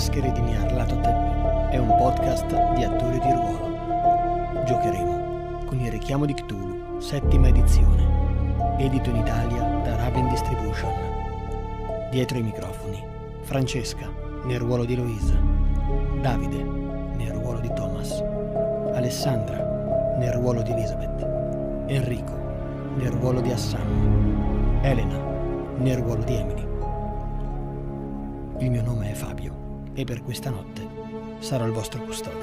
Maschere di Nyarlathotep è un podcast di attori di ruolo. Giocheremo con il Richiamo di Cthulhu, 7ª edizione, edito in Italia da Raven Distribution. Dietro i microfoni, Francesca nel ruolo di Eloise, Davide nel ruolo di Thomas, Alessandra nel ruolo di Elizabeth, Enrico nel ruolo di Assam, Elena nel ruolo di Emily. Il mio nome è Fabio e per questa notte sarò il vostro custode.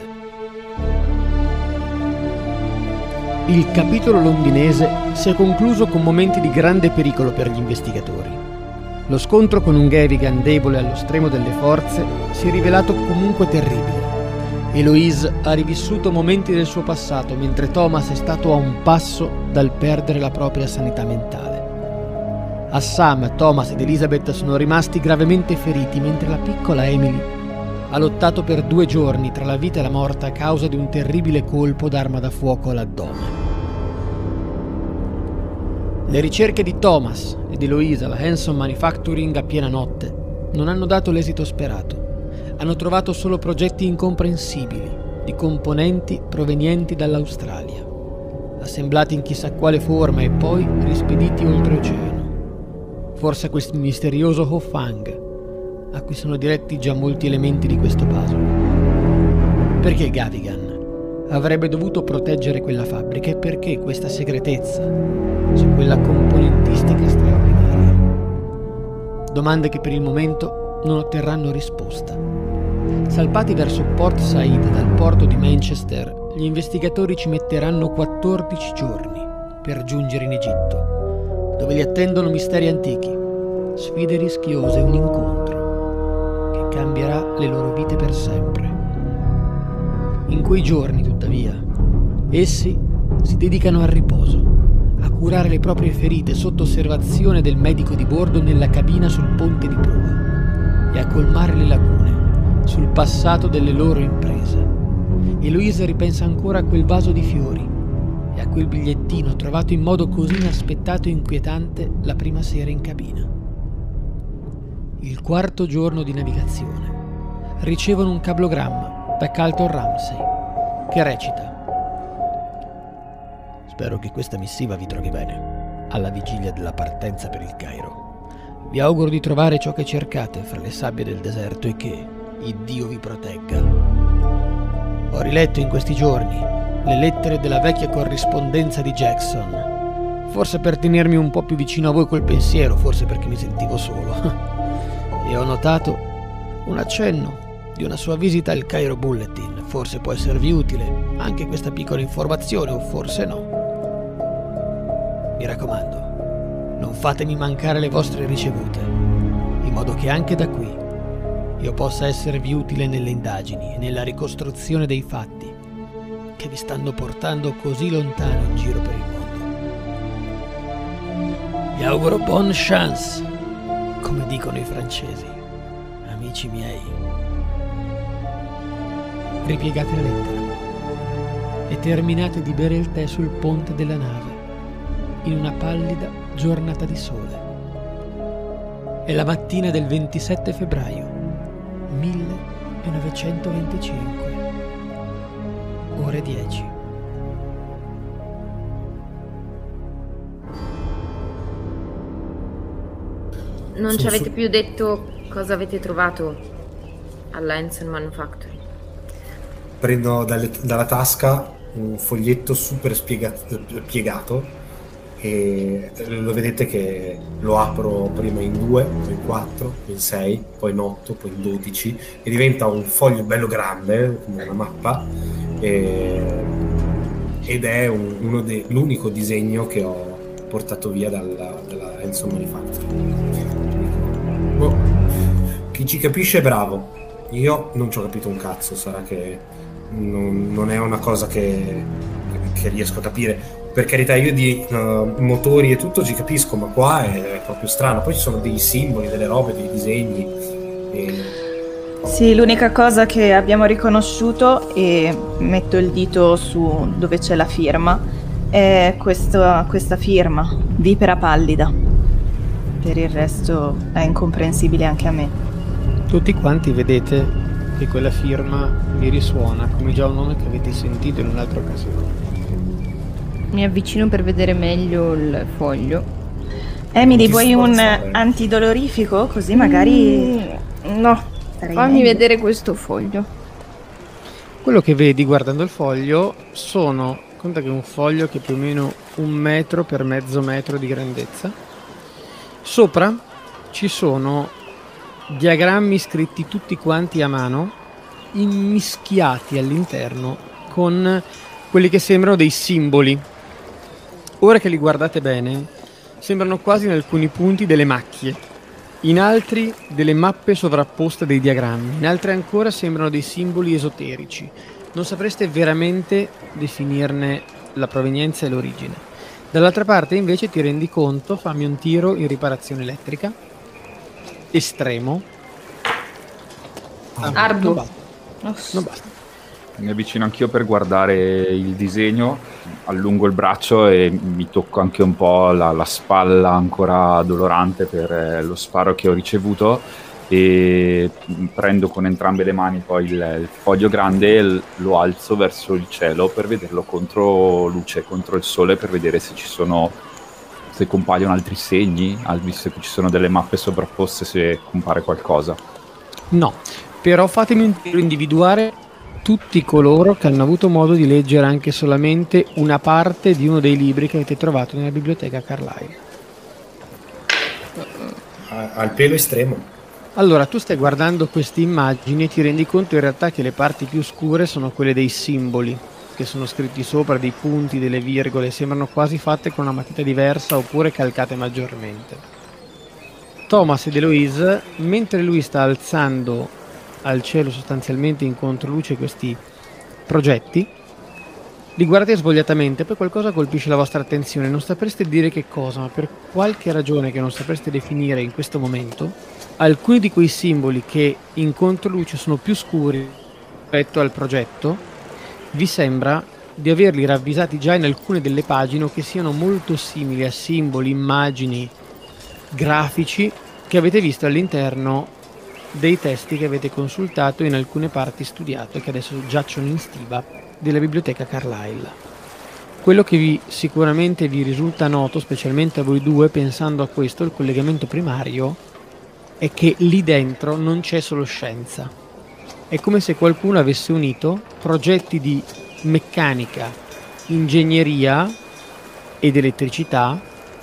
Il capitolo londinese si è concluso con momenti di grande pericolo per gli investigatori. Lo scontro con un Gavigan debole allo stremo delle forze si è rivelato comunque terribile. Eloise ha rivissuto momenti del suo passato mentre Thomas è stato a un passo dal perdere la propria sanità mentale. Assam, Thomas ed Elizabeth sono rimasti gravemente feriti mentre la piccola Emily ha lottato per 2 giorni tra la vita e la morte a causa di un terribile colpo d'arma da fuoco all'addome. Le ricerche di Thomas ed Eloise alla Hanson Manufacturing a piena notte non hanno dato l'esito sperato. Hanno trovato solo progetti incomprensibili di componenti provenienti dall'Australia, assemblati in chissà quale forma e poi rispediti oltreoceano. Forse quel misterioso Ho-Fang, a cui sono diretti già molti elementi di questo puzzle. Perché Gavigan avrebbe dovuto proteggere quella fabbrica e perché questa segretezza su quella componentistica straordinaria? Domande che per il momento non otterranno risposta. Salpati verso Port Said dal porto di Manchester, gli investigatori ci metteranno 14 giorni per giungere in Egitto, dove li attendono misteri antichi, sfide rischiose e un incontro che cambierà le loro vite per sempre. In quei giorni, tuttavia, essi si dedicano al riposo, a curare le proprie ferite sotto osservazione del medico di bordo nella cabina sul ponte di prua e a colmare le lacune sul passato delle loro imprese. Eloise ripensa ancora a quel vaso di fiori e a quel bigliettino trovato in modo così inaspettato e inquietante la prima sera in cabina. Il 4º giorno di navigazione ricevono un cablogramma da Carlton Ramsay che recita: spero che questa missiva vi trovi bene alla vigilia della partenza per il Cairo. Vi auguro di trovare ciò che cercate fra le sabbie del deserto e che Iddio vi protegga. Ho riletto in questi giorni le lettere della vecchia corrispondenza di Jackson, forse per tenermi un po' più vicino a voi col pensiero, forse perché mi sentivo solo. E ho notato un accenno di una sua visita al Cairo Bulletin. Forse può esservi utile anche questa piccola informazione, o forse no. Mi raccomando, non fatemi mancare le vostre ricevute, in modo che anche da qui io possa esservi utile nelle indagini e nella ricostruzione dei fatti che vi stanno portando così lontano in giro per il mondo. Vi auguro bonne chance, come dicono i francesi, amici miei. Ripiegate la lettera e terminate di bere il tè sul ponte della nave in una pallida giornata di sole. È la mattina del 27 febbraio 1925, ore 10. Non ci avete più detto cosa avete trovato alla Hanson Manufacturing? Prendo dalla tasca un foglietto super piegato e lo vedete che lo apro prima in 2, poi in 4, poi in 6, poi in 8, poi in 12 e diventa un foglio bello grande come una mappa ed è l'unico disegno che ho portato via dalla Hanson Manufacturing. Chi ci capisce è bravo, io non ci ho capito un cazzo, sarà che non è una cosa che riesco a capire. Per carità, io di motori e tutto ci capisco, ma qua è proprio strano. Poi ci sono dei simboli, delle robe, dei disegni. Sì, l'unica cosa che abbiamo riconosciuto, e metto il dito su dove c'è la firma, è questa firma, Vipera Pallida. Per il resto è incomprensibile anche a me. Tutti quanti vedete che quella firma vi risuona come già un nome che avete sentito in un'altra occasione. Mi avvicino per vedere meglio il foglio. Emily, vuoi un antidolorifico? Così magari... No, fammi vedere questo foglio. Quello che vedi guardando il foglio sono... Conta che è un foglio che è più o meno 1 metro per mezzo metro di grandezza. Sopra ci sono diagrammi scritti tutti quanti a mano, immischiati all'interno con quelli che sembrano dei simboli. Ora che li guardate bene, sembrano quasi in alcuni punti delle macchie, in altri delle mappe sovrapposte dei diagrammi, in altri ancora sembrano dei simboli esoterici. Non sapreste veramente definirne la provenienza e l'origine. Dall'altra parte invece ti rendi conto, fammi un tiro in riparazione elettrica. Estremo. Arduo. Non basta. Mi avvicino anch'io per guardare il disegno, allungo il braccio e mi tocco anche un po' la spalla ancora dolorante per lo sparo che ho ricevuto e prendo con entrambe le mani poi il foglio grande e lo alzo verso il cielo per vederlo contro luce, contro il sole, per vedere se se compaiono altri segni, visto che ci sono delle mappe sovrapposte, se compare qualcosa. No, però fatemi un tiro individuare tutti coloro che hanno avuto modo di leggere anche solamente una parte di uno dei libri che avete trovato nella biblioteca Carlyle. Al pelo estremo. Allora, tu stai guardando queste immagini e ti rendi conto in realtà che le parti più scure sono quelle dei simboli che sono scritti sopra, dei punti, delle virgole, sembrano quasi fatte con una matita diversa oppure calcate maggiormente. Thomas ed Eloise, mentre lui sta alzando al cielo sostanzialmente in controluce questi progetti, li guardate svogliatamente, poi qualcosa colpisce la vostra attenzione, non sapreste dire che cosa, ma per qualche ragione che non sapreste definire in questo momento, alcuni di quei simboli che in controluce sono più scuri rispetto al progetto, vi sembra di averli ravvisati già in alcune delle pagine o che siano molto simili a simboli, immagini, grafici che avete visto all'interno dei testi che avete consultato in alcune parti studiate che adesso giacciono in stiva della biblioteca Carlyle. Quello che sicuramente vi risulta noto, specialmente a voi due, pensando a questo, il collegamento primario, è che lì dentro non c'è solo scienza. È come se qualcuno avesse unito progetti di meccanica, ingegneria ed elettricità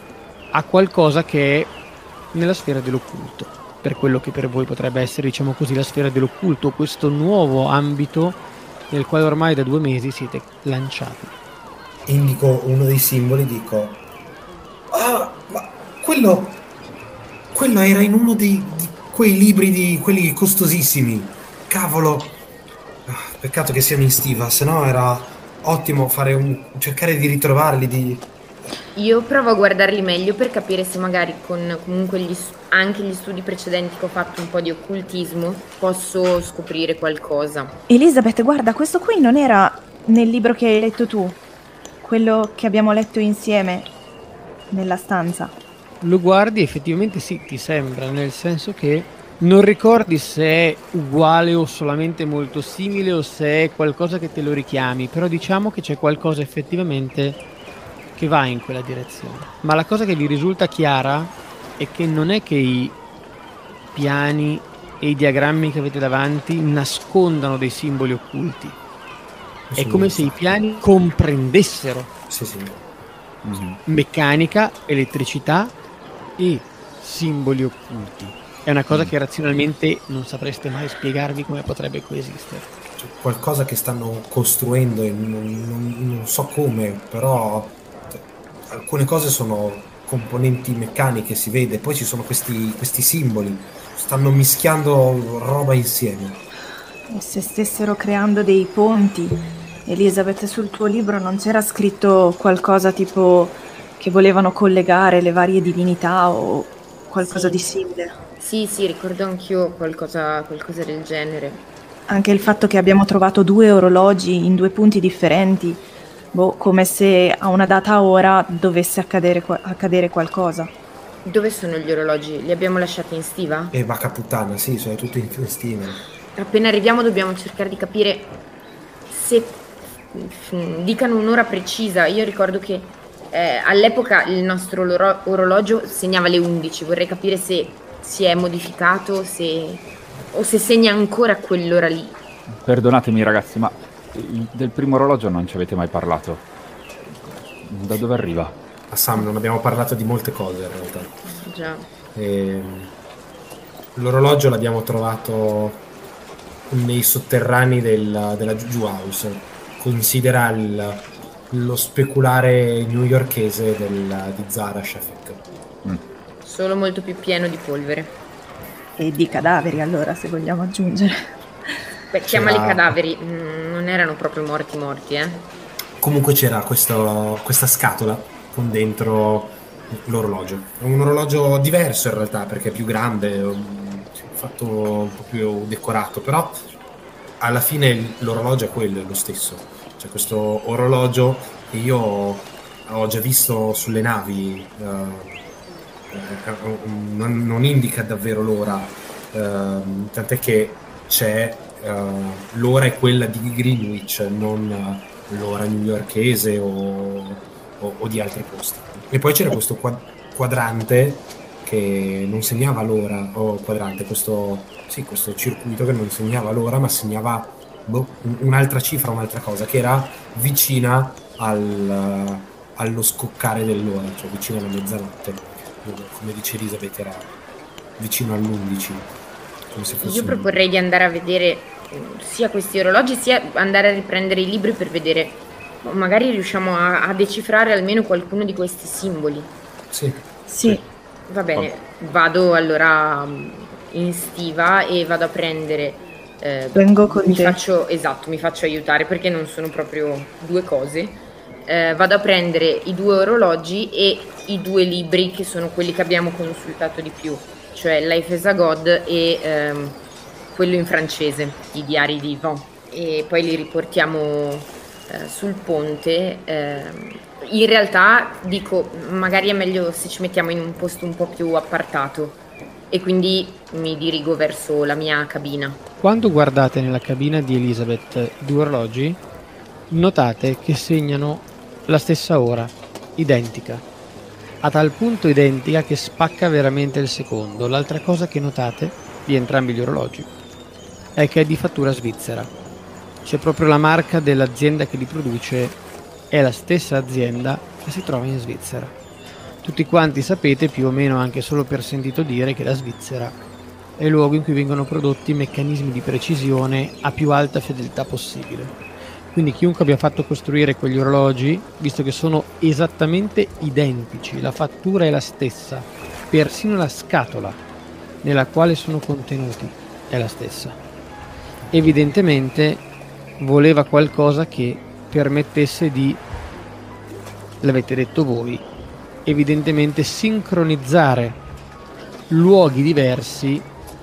a qualcosa che è nella sfera dell'occulto, per quello che per voi potrebbe essere, diciamo così, la sfera dell'occulto, questo nuovo ambito nel quale ormai da 2 mesi siete lanciati. Indico uno dei simboli, dico: ah, ma quello era in uno di quei libri, di quelli costosissimi. Cavolo, peccato che siano in stiva, se no era ottimo cercare di ritrovarli. Io provo a guardarli meglio per capire se magari con comunque anche gli studi precedenti che ho fatto un po' di occultismo posso scoprire qualcosa. Elizabeth, guarda, questo qui non era nel libro che hai letto tu, quello che abbiamo letto insieme nella stanza. Lo guardi, effettivamente sì, ti sembra, nel senso che non ricordi se è uguale o solamente molto simile o se è qualcosa che te lo richiami, però diciamo che c'è qualcosa effettivamente che va in quella direzione. Ma la cosa che vi risulta chiara è che non è che i piani e i diagrammi che avete davanti nascondano dei simboli occulti. È come se i piani comprendessero meccanica, elettricità e simboli occulti. È una cosa che razionalmente non sapreste mai spiegarvi come potrebbe coesistere. C'è qualcosa che stanno costruendo e non so come, però alcune cose sono componenti meccaniche, si vede, poi ci sono questi simboli, stanno mischiando roba insieme. E se stessero creando dei ponti, Elizabeth, sul tuo libro non c'era scritto qualcosa tipo che volevano collegare le varie divinità o qualcosa di simile? Sì, ricordo anch'io qualcosa del genere. Anche il fatto che abbiamo trovato 2 orologi in 2 punti differenti, come se a una data ora dovesse accadere qualcosa. Dove sono gli orologi? Li abbiamo lasciati in stiva? Vacca puttana, sì, sono tutti in stiva. appena arriviamo dobbiamo cercare di capire se dicano un'ora precisa. Io ricordo che all'epoca il nostro orologio segnava le 11, vorrei capire se si è modificato o se segna ancora quell'ora lì. Perdonatemi ragazzi, ma del primo orologio non ci avete mai parlato. Da dove arriva? Sam, non abbiamo parlato di molte cose in realtà. Già. L'orologio l'abbiamo trovato nei sotterranei della Juju House. Considera lo speculare newyorkese di Zara Shafik. Solo molto più pieno di polvere. E di cadaveri, allora, se vogliamo aggiungere. Beh, chiamali cadaveri, non erano proprio morti, eh? Comunque c'era questa scatola con dentro l'orologio. È un orologio diverso in realtà, perché è più grande, fatto un po' più decorato, però alla fine l'orologio è quello, è lo stesso. C'è questo orologio che io ho già visto sulle navi, non indica davvero l'ora, tant'è che c'è l'ora è quella di Greenwich, non l'ora newyorkese o di altri posti. E poi c'era questo quadrante che non segnava l'ora, questo circuito che non segnava l'ora, ma segnava un'altra cifra, un'altra cosa, che era vicina allo scoccare dell'ora, cioè vicino alla mezzanotte. Come dice Elisabeth, era vicino all'11. Come se fosse Io proporrei di andare a vedere sia questi orologi, sia andare a riprendere i libri per vedere, magari riusciamo a decifrare almeno qualcuno di questi simboli. Sì. Va bene, vado allora in stiva e vado a prendere. Vengo con mi te. Mi faccio aiutare perché non sono proprio due cose. Vado a prendere i 2 orologi e i 2 libri che sono quelli che abbiamo consultato di più, cioè Life as a God e quello in francese, i diari di Yvan, e poi li riportiamo sul ponte. In realtà dico, magari è meglio se ci mettiamo in un posto un po' più appartato, e quindi mi dirigo verso la mia cabina. Quando guardate nella cabina di Elisabeth i 2 orologi, notate che segnano la stessa ora, identica, a tal punto identica che spacca veramente il secondo. L'altra cosa che notate di entrambi gli orologi è che è di fattura svizzera. C'è proprio la marca dell'azienda che li produce, è la stessa azienda che si trova in Svizzera. Tutti quanti sapete, più o meno anche solo per sentito dire, che la Svizzera è il luogo in cui vengono prodotti meccanismi di precisione a più alta fedeltà possibile. Quindi chiunque abbia fatto costruire quegli orologi, visto che sono esattamente identici, la fattura è la stessa, persino la scatola nella quale sono contenuti è la stessa. Evidentemente voleva qualcosa che permettesse di, l'avete detto voi, evidentemente sincronizzare luoghi diversi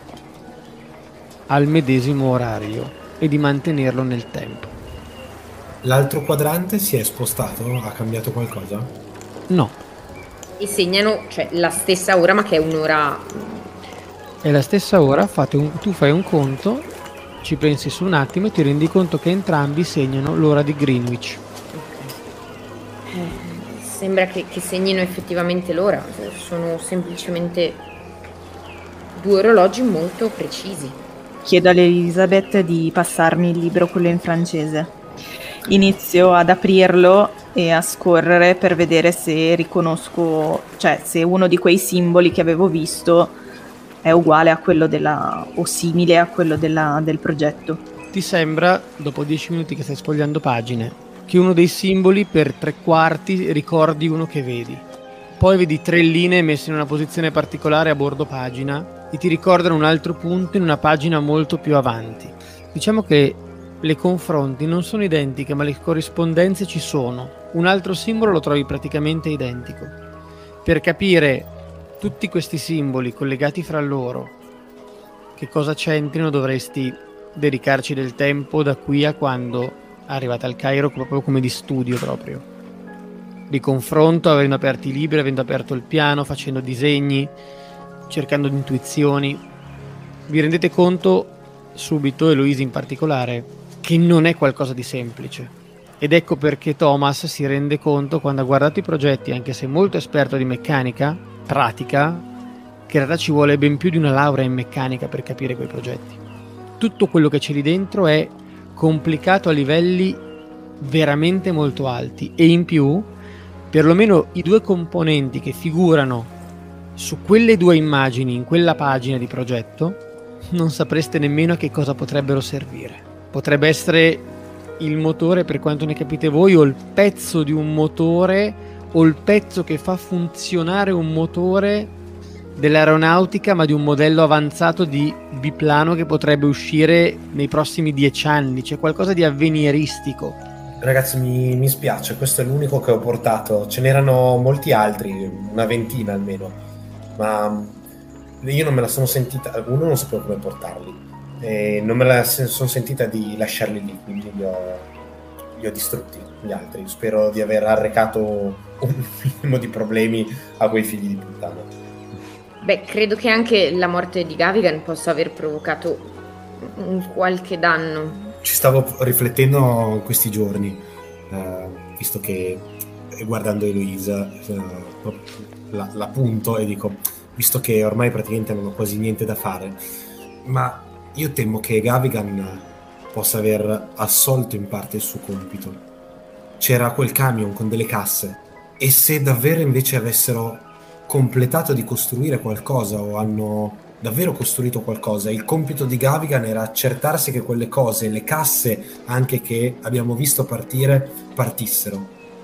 al medesimo orario e di mantenerlo nel tempo. L'altro quadrante si è spostato? Ha cambiato qualcosa? No. E segnano, cioè, la stessa ora, ma che è un'ora. È la stessa ora, tu fai un conto, ci pensi su un attimo e ti rendi conto che entrambi segnano l'ora di Greenwich. Sembra che segnino effettivamente l'ora, sono semplicemente 2 orologi molto precisi. Chiedo all'Elisabeth di passarmi il libro, quello in francese. Inizio ad aprirlo e a scorrere per vedere se riconosco, cioè se uno di quei simboli che avevo visto è uguale a quello o simile a quello del progetto. Ti sembra, dopo 10 minuti che stai sfogliando pagine, che uno dei simboli per 3/4 ricordi uno che vedi. Poi vedi 3 linee messe in una posizione particolare a bordo pagina e ti ricordano un altro punto in una pagina molto più avanti. Diciamo che le confronti non sono identiche, ma le corrispondenze ci sono. Un altro simbolo lo trovi praticamente identico. Per capire tutti questi simboli collegati fra loro, che cosa c'entrino, dovresti dedicarci del tempo da qui a quando arrivate al Cairo, proprio come di studio proprio. Di confronto, avendo aperto i libri, avendo aperto il piano, facendo disegni, cercando di intuizioni. Vi rendete conto subito, e Louise in particolare, che non è qualcosa di semplice. Ed ecco perché Thomas si rende conto, quando ha guardato i progetti, anche se molto esperto di meccanica pratica, che in realtà ci vuole ben più di una laurea in meccanica per capire quei progetti. Tutto quello che c'è lì dentro è complicato a livelli veramente molto alti, e in più, perlomeno i 2 componenti che figurano su quelle 2 immagini in quella pagina di progetto, non sapreste nemmeno a che cosa potrebbero servire. Potrebbe essere il motore, per quanto ne capite voi, o il pezzo di un motore, o il pezzo che fa funzionare un motore dell'aeronautica, ma di un modello avanzato di biplano che potrebbe uscire nei prossimi 10 anni. C'è qualcosa di avveniristico. Ragazzi, mi spiace, questo è l'unico che ho portato. Ce n'erano molti altri, una ventina almeno, ma io non me la sono sentita, uno non sapevo come portarli, e non me la sono sentita di lasciarli lì, quindi li ho distrutti gli altri. Spero di aver arrecato un minimo di problemi a quei figli di puttana. Beh, credo che anche la morte di Gavigan possa aver provocato un qualche danno. Ci stavo riflettendo in questi giorni, visto che guardando Eloisa la punto e dico, visto che ormai praticamente non ho quasi niente da fare, ma io temo che Gavigan possa aver assolto in parte il suo compito. C'era quel camion con delle casse, e se davvero invece avessero completato di costruire qualcosa, o hanno davvero costruito qualcosa, il compito di Gavigan era accertarsi che quelle cose, le casse anche che abbiamo visto partire, partissero.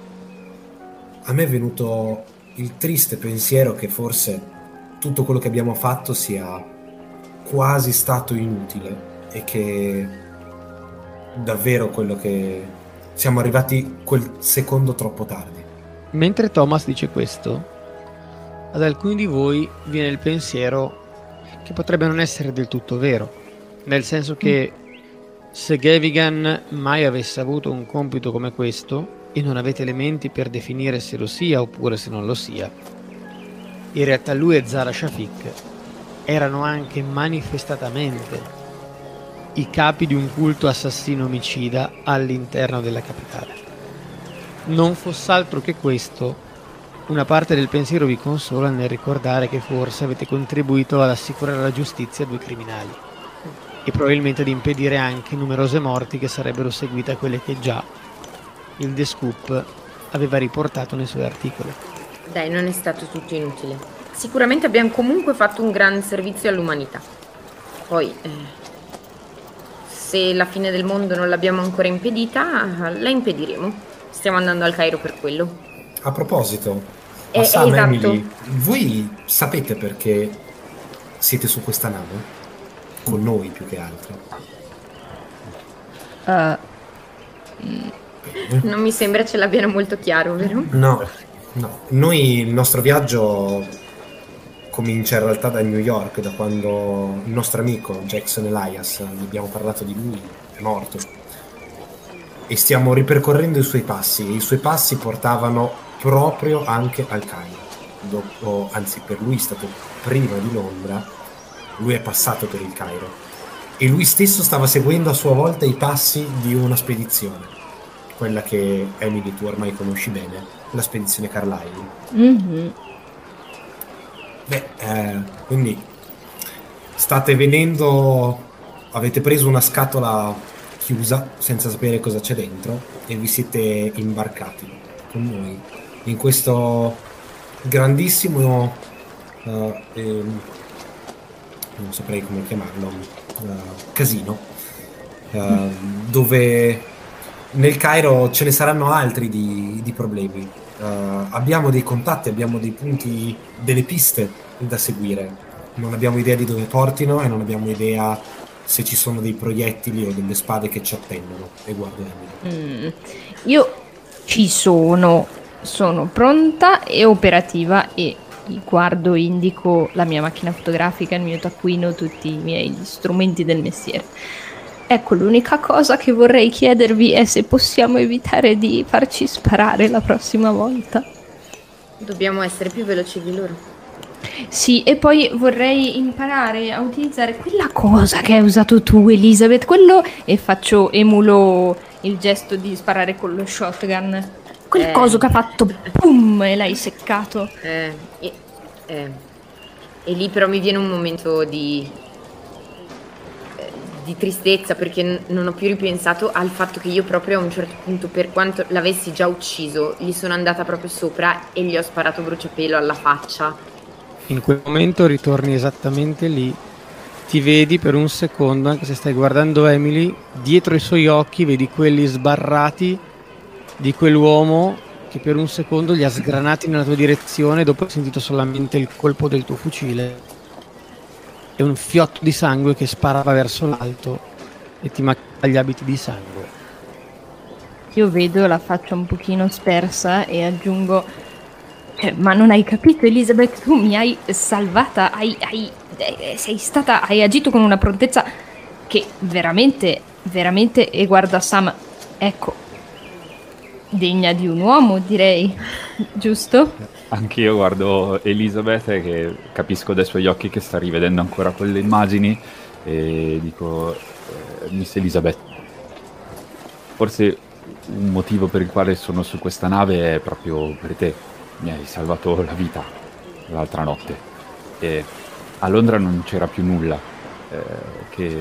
A me è venuto il triste pensiero che forse tutto quello che abbiamo fatto sia quasi stato inutile, e che davvero quello che siamo arrivati quel secondo troppo tardi. Mentre Thomas dice questo, ad alcuni di voi viene il pensiero che potrebbe non essere del tutto vero, nel senso che se Gavigan mai avesse avuto un compito come questo, e non avete elementi per definire se lo sia oppure se non lo sia, in realtà lui e Zara Shafik erano anche manifestatamente i capi di un culto assassino omicida all'interno della capitale. Non fosse altro che questo, una parte del pensiero vi consola nel ricordare che forse avete contribuito ad assicurare la giustizia a 2 criminali, e probabilmente ad impedire anche numerose morti che sarebbero seguite a quelle che già il The Scoop aveva riportato nei suoi articoli. Dai, non è stato tutto inutile. Sicuramente abbiamo comunque fatto un gran servizio all'umanità. Poi, se la fine del mondo non l'abbiamo ancora impedita, la impediremo. Stiamo andando al Cairo per quello. A proposito, Sam, esatto. Emily, voi sapete perché siete su questa nave? Con noi più che altro. Non mi sembra ce l'abbiano molto chiaro, vero? No. Noi, il nostro viaggio comincia in realtà da New York, da quando il nostro amico Jackson Elias, ne abbiamo parlato di lui, è morto. E stiamo ripercorrendo i suoi passi, e i suoi passi portavano proprio anche al Cairo. Anzi, per lui è stato prima di Londra, lui è passato per il Cairo. E lui stesso stava seguendo a sua volta i passi di una spedizione. Quella che Emily tu ormai conosci bene, la spedizione Carlyle. Mm-hmm. Quindi state venendo, avete preso una scatola chiusa senza sapere cosa c'è dentro e vi siete imbarcati con noi in questo grandissimo non saprei come chiamarlo, casino, dove nel Cairo ce ne saranno altri di problemi. Abbiamo dei contatti, abbiamo dei punti, delle piste da seguire. Non abbiamo idea di dove portino e non abbiamo idea se ci sono dei proiettili o delle spade che ci attendono. E guardiamo. Io ci sono pronta e operativa, e guardo, indico la mia macchina fotografica, il mio taccuino, tutti i miei strumenti del mestiere. Ecco, l'unica cosa che vorrei chiedervi è se possiamo evitare di farci sparare la prossima volta. Dobbiamo essere più veloci di loro. Sì, e poi vorrei imparare a utilizzare quella cosa che hai usato tu, Elizabeth, emulo il gesto di sparare con lo shotgun. Quel coso che ha fatto pum e l'hai seccato. E lì però mi viene un momento di tristezza, perché non ho più ripensato al fatto che io proprio a un certo punto, per quanto l'avessi già ucciso, gli sono andata proprio sopra e gli ho sparato bruciapelo alla faccia. In quel momento ritorni esattamente lì, ti vedi per un secondo, anche se stai guardando Emily, dietro i suoi occhi vedi quelli sbarrati di quell'uomo che per un secondo li ha sgranati nella tua direzione dopo hai sentito solamente il colpo del tuo fucile e un fiotto di sangue che sparava verso l'alto e ti macchiava gli abiti di sangue. Io vedo la faccia un pochino spersa e aggiungo: ma non hai capito, Elizabeth? Tu mi hai salvata, hai agito con una prontezza che veramente, e guarda Sam, ecco, degna di un uomo, direi, giusto? Anch'io guardo Elizabeth e che capisco dai suoi occhi che sta rivedendo ancora quelle immagini e dico: Miss Elizabeth, forse un motivo per il quale sono su questa nave è proprio per te. Mi hai salvato la vita l'altra notte e a Londra non c'era più nulla che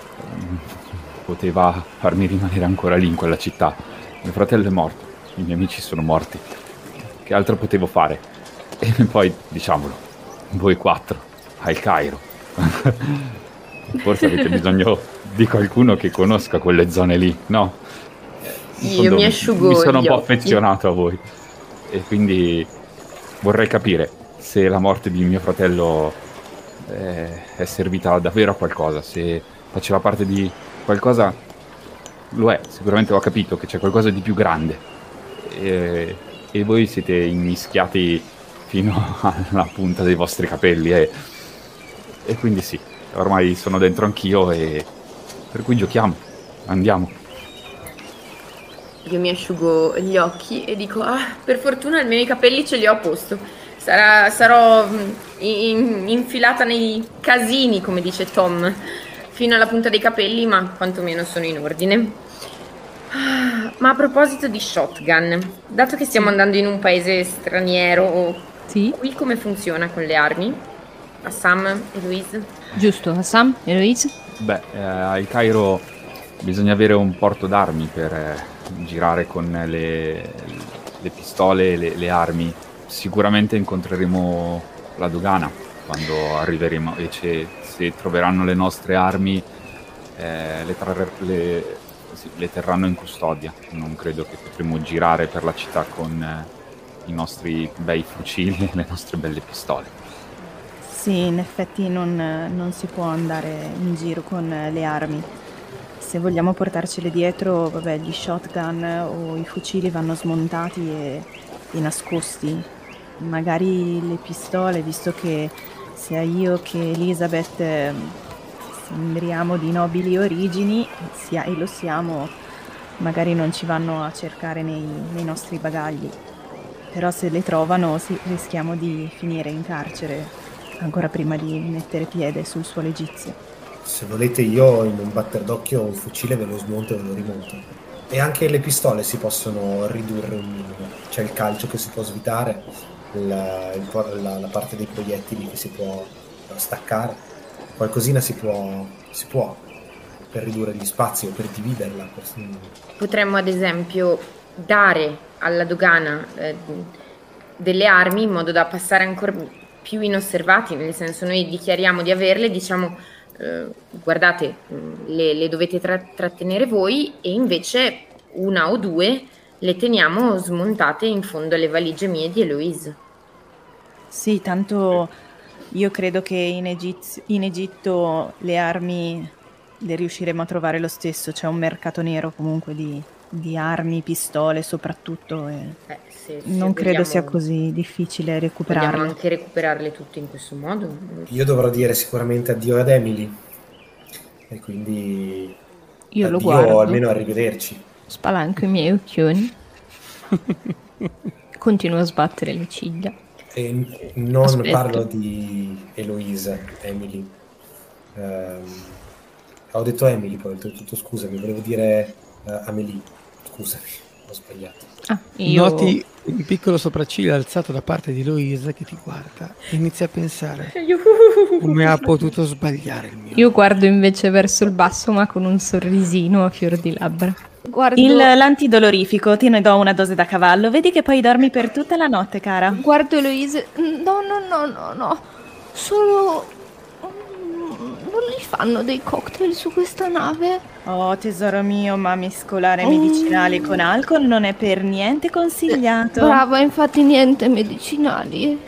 poteva farmi rimanere ancora lì in quella città. Mio fratello è morto, i miei amici sono morti. Che altro potevo fare? E poi, diciamolo, voi 4 al Cairo. Forse avete bisogno di qualcuno che conosca quelle zone lì, no? Io mi asciugo mi sono un po' occhi. affezionato a voi e quindi vorrei capire se la morte di mio fratello è servita davvero a qualcosa, se faceva parte di qualcosa. Lo è, sicuramente ho capito che c'è qualcosa di più grande e voi siete immischiati fino alla punta dei vostri capelli e quindi sì, ormai sono dentro anch'io e per cui giochiamo, andiamo. Io mi asciugo gli occhi e dico: per fortuna almeno i capelli ce li ho a posto. Sarò infilata nei casini, come dice Tom, fino alla punta dei capelli, ma quantomeno sono in ordine. Ma a proposito di shotgun, dato che stiamo andando in un paese straniero, qui come funziona con le armi? Assam e Louise? Giusto, Assam e Louise? Beh, al Cairo bisogna avere un porto d'armi per girare con le pistole e le armi. Sicuramente incontreremo la dogana quando arriveremo e se troveranno le nostre armi le terranno in custodia. Non credo che potremo girare per la città con i nostri bei fucili e le nostre belle pistole. Sì, in effetti non si può andare in giro con le armi. Se vogliamo portarcele dietro, vabbè, gli shotgun o i fucili vanno smontati e nascosti. Magari le pistole, visto che sia io che Elizabeth sembriamo di nobili origini, e lo siamo, magari non ci vanno a cercare nei nostri bagagli. Però se le trovano rischiamo di finire in carcere ancora prima di mettere piede sul suolo egizio. Se volete io in un batter d'occhio un fucile ve lo smonto e ve lo rimonto. E anche le pistole si possono ridurre un minimo. C'è il calcio che si può svitare, la parte dei proiettili che si può staccare. Qualcosina si può per ridurre gli spazi o per dividerla. Potremmo ad esempio dare alla dogana delle armi in modo da passare ancora più inosservati, nel senso noi dichiariamo di averle, diciamo guardate, le dovete trattenere voi e invece una o due le teniamo smontate in fondo alle valigie mie di Eloise. Sì, tanto io credo che in Egitto le armi le riusciremo a trovare lo stesso, c'è un mercato nero comunque di armi, pistole soprattutto e non credo sia così difficile recuperarle. Vogliamo anche recuperarle tutte in questo modo? Io dovrò dire sicuramente addio ad Emily e quindi io lo guardo, o almeno arrivederci. Spalanco i miei occhioni. Continuo a sbattere le ciglia. E non Aspetto. parlo di Eloise, Emily. Ho detto Emily, poi ho detto tutto, scusami, volevo dire Amélie. Scusami, ho sbagliato. Io... Noti un piccolo sopracciglio alzato da parte di Louise che ti guarda e inizia a pensare come ha potuto sbagliare il mio. Io guardo invece verso il basso, ma con un sorrisino a fior di labbra. Guardo... L'antidolorifico, ti ne do una dose da cavallo. Vedi che poi dormi per tutta la notte, cara. Guardo Eloise. No. Solo... Non li fanno dei cocktail su questa nave? Oh, tesoro mio, ma mescolare medicinali con alcol non è per niente consigliato. Brava, infatti niente medicinali.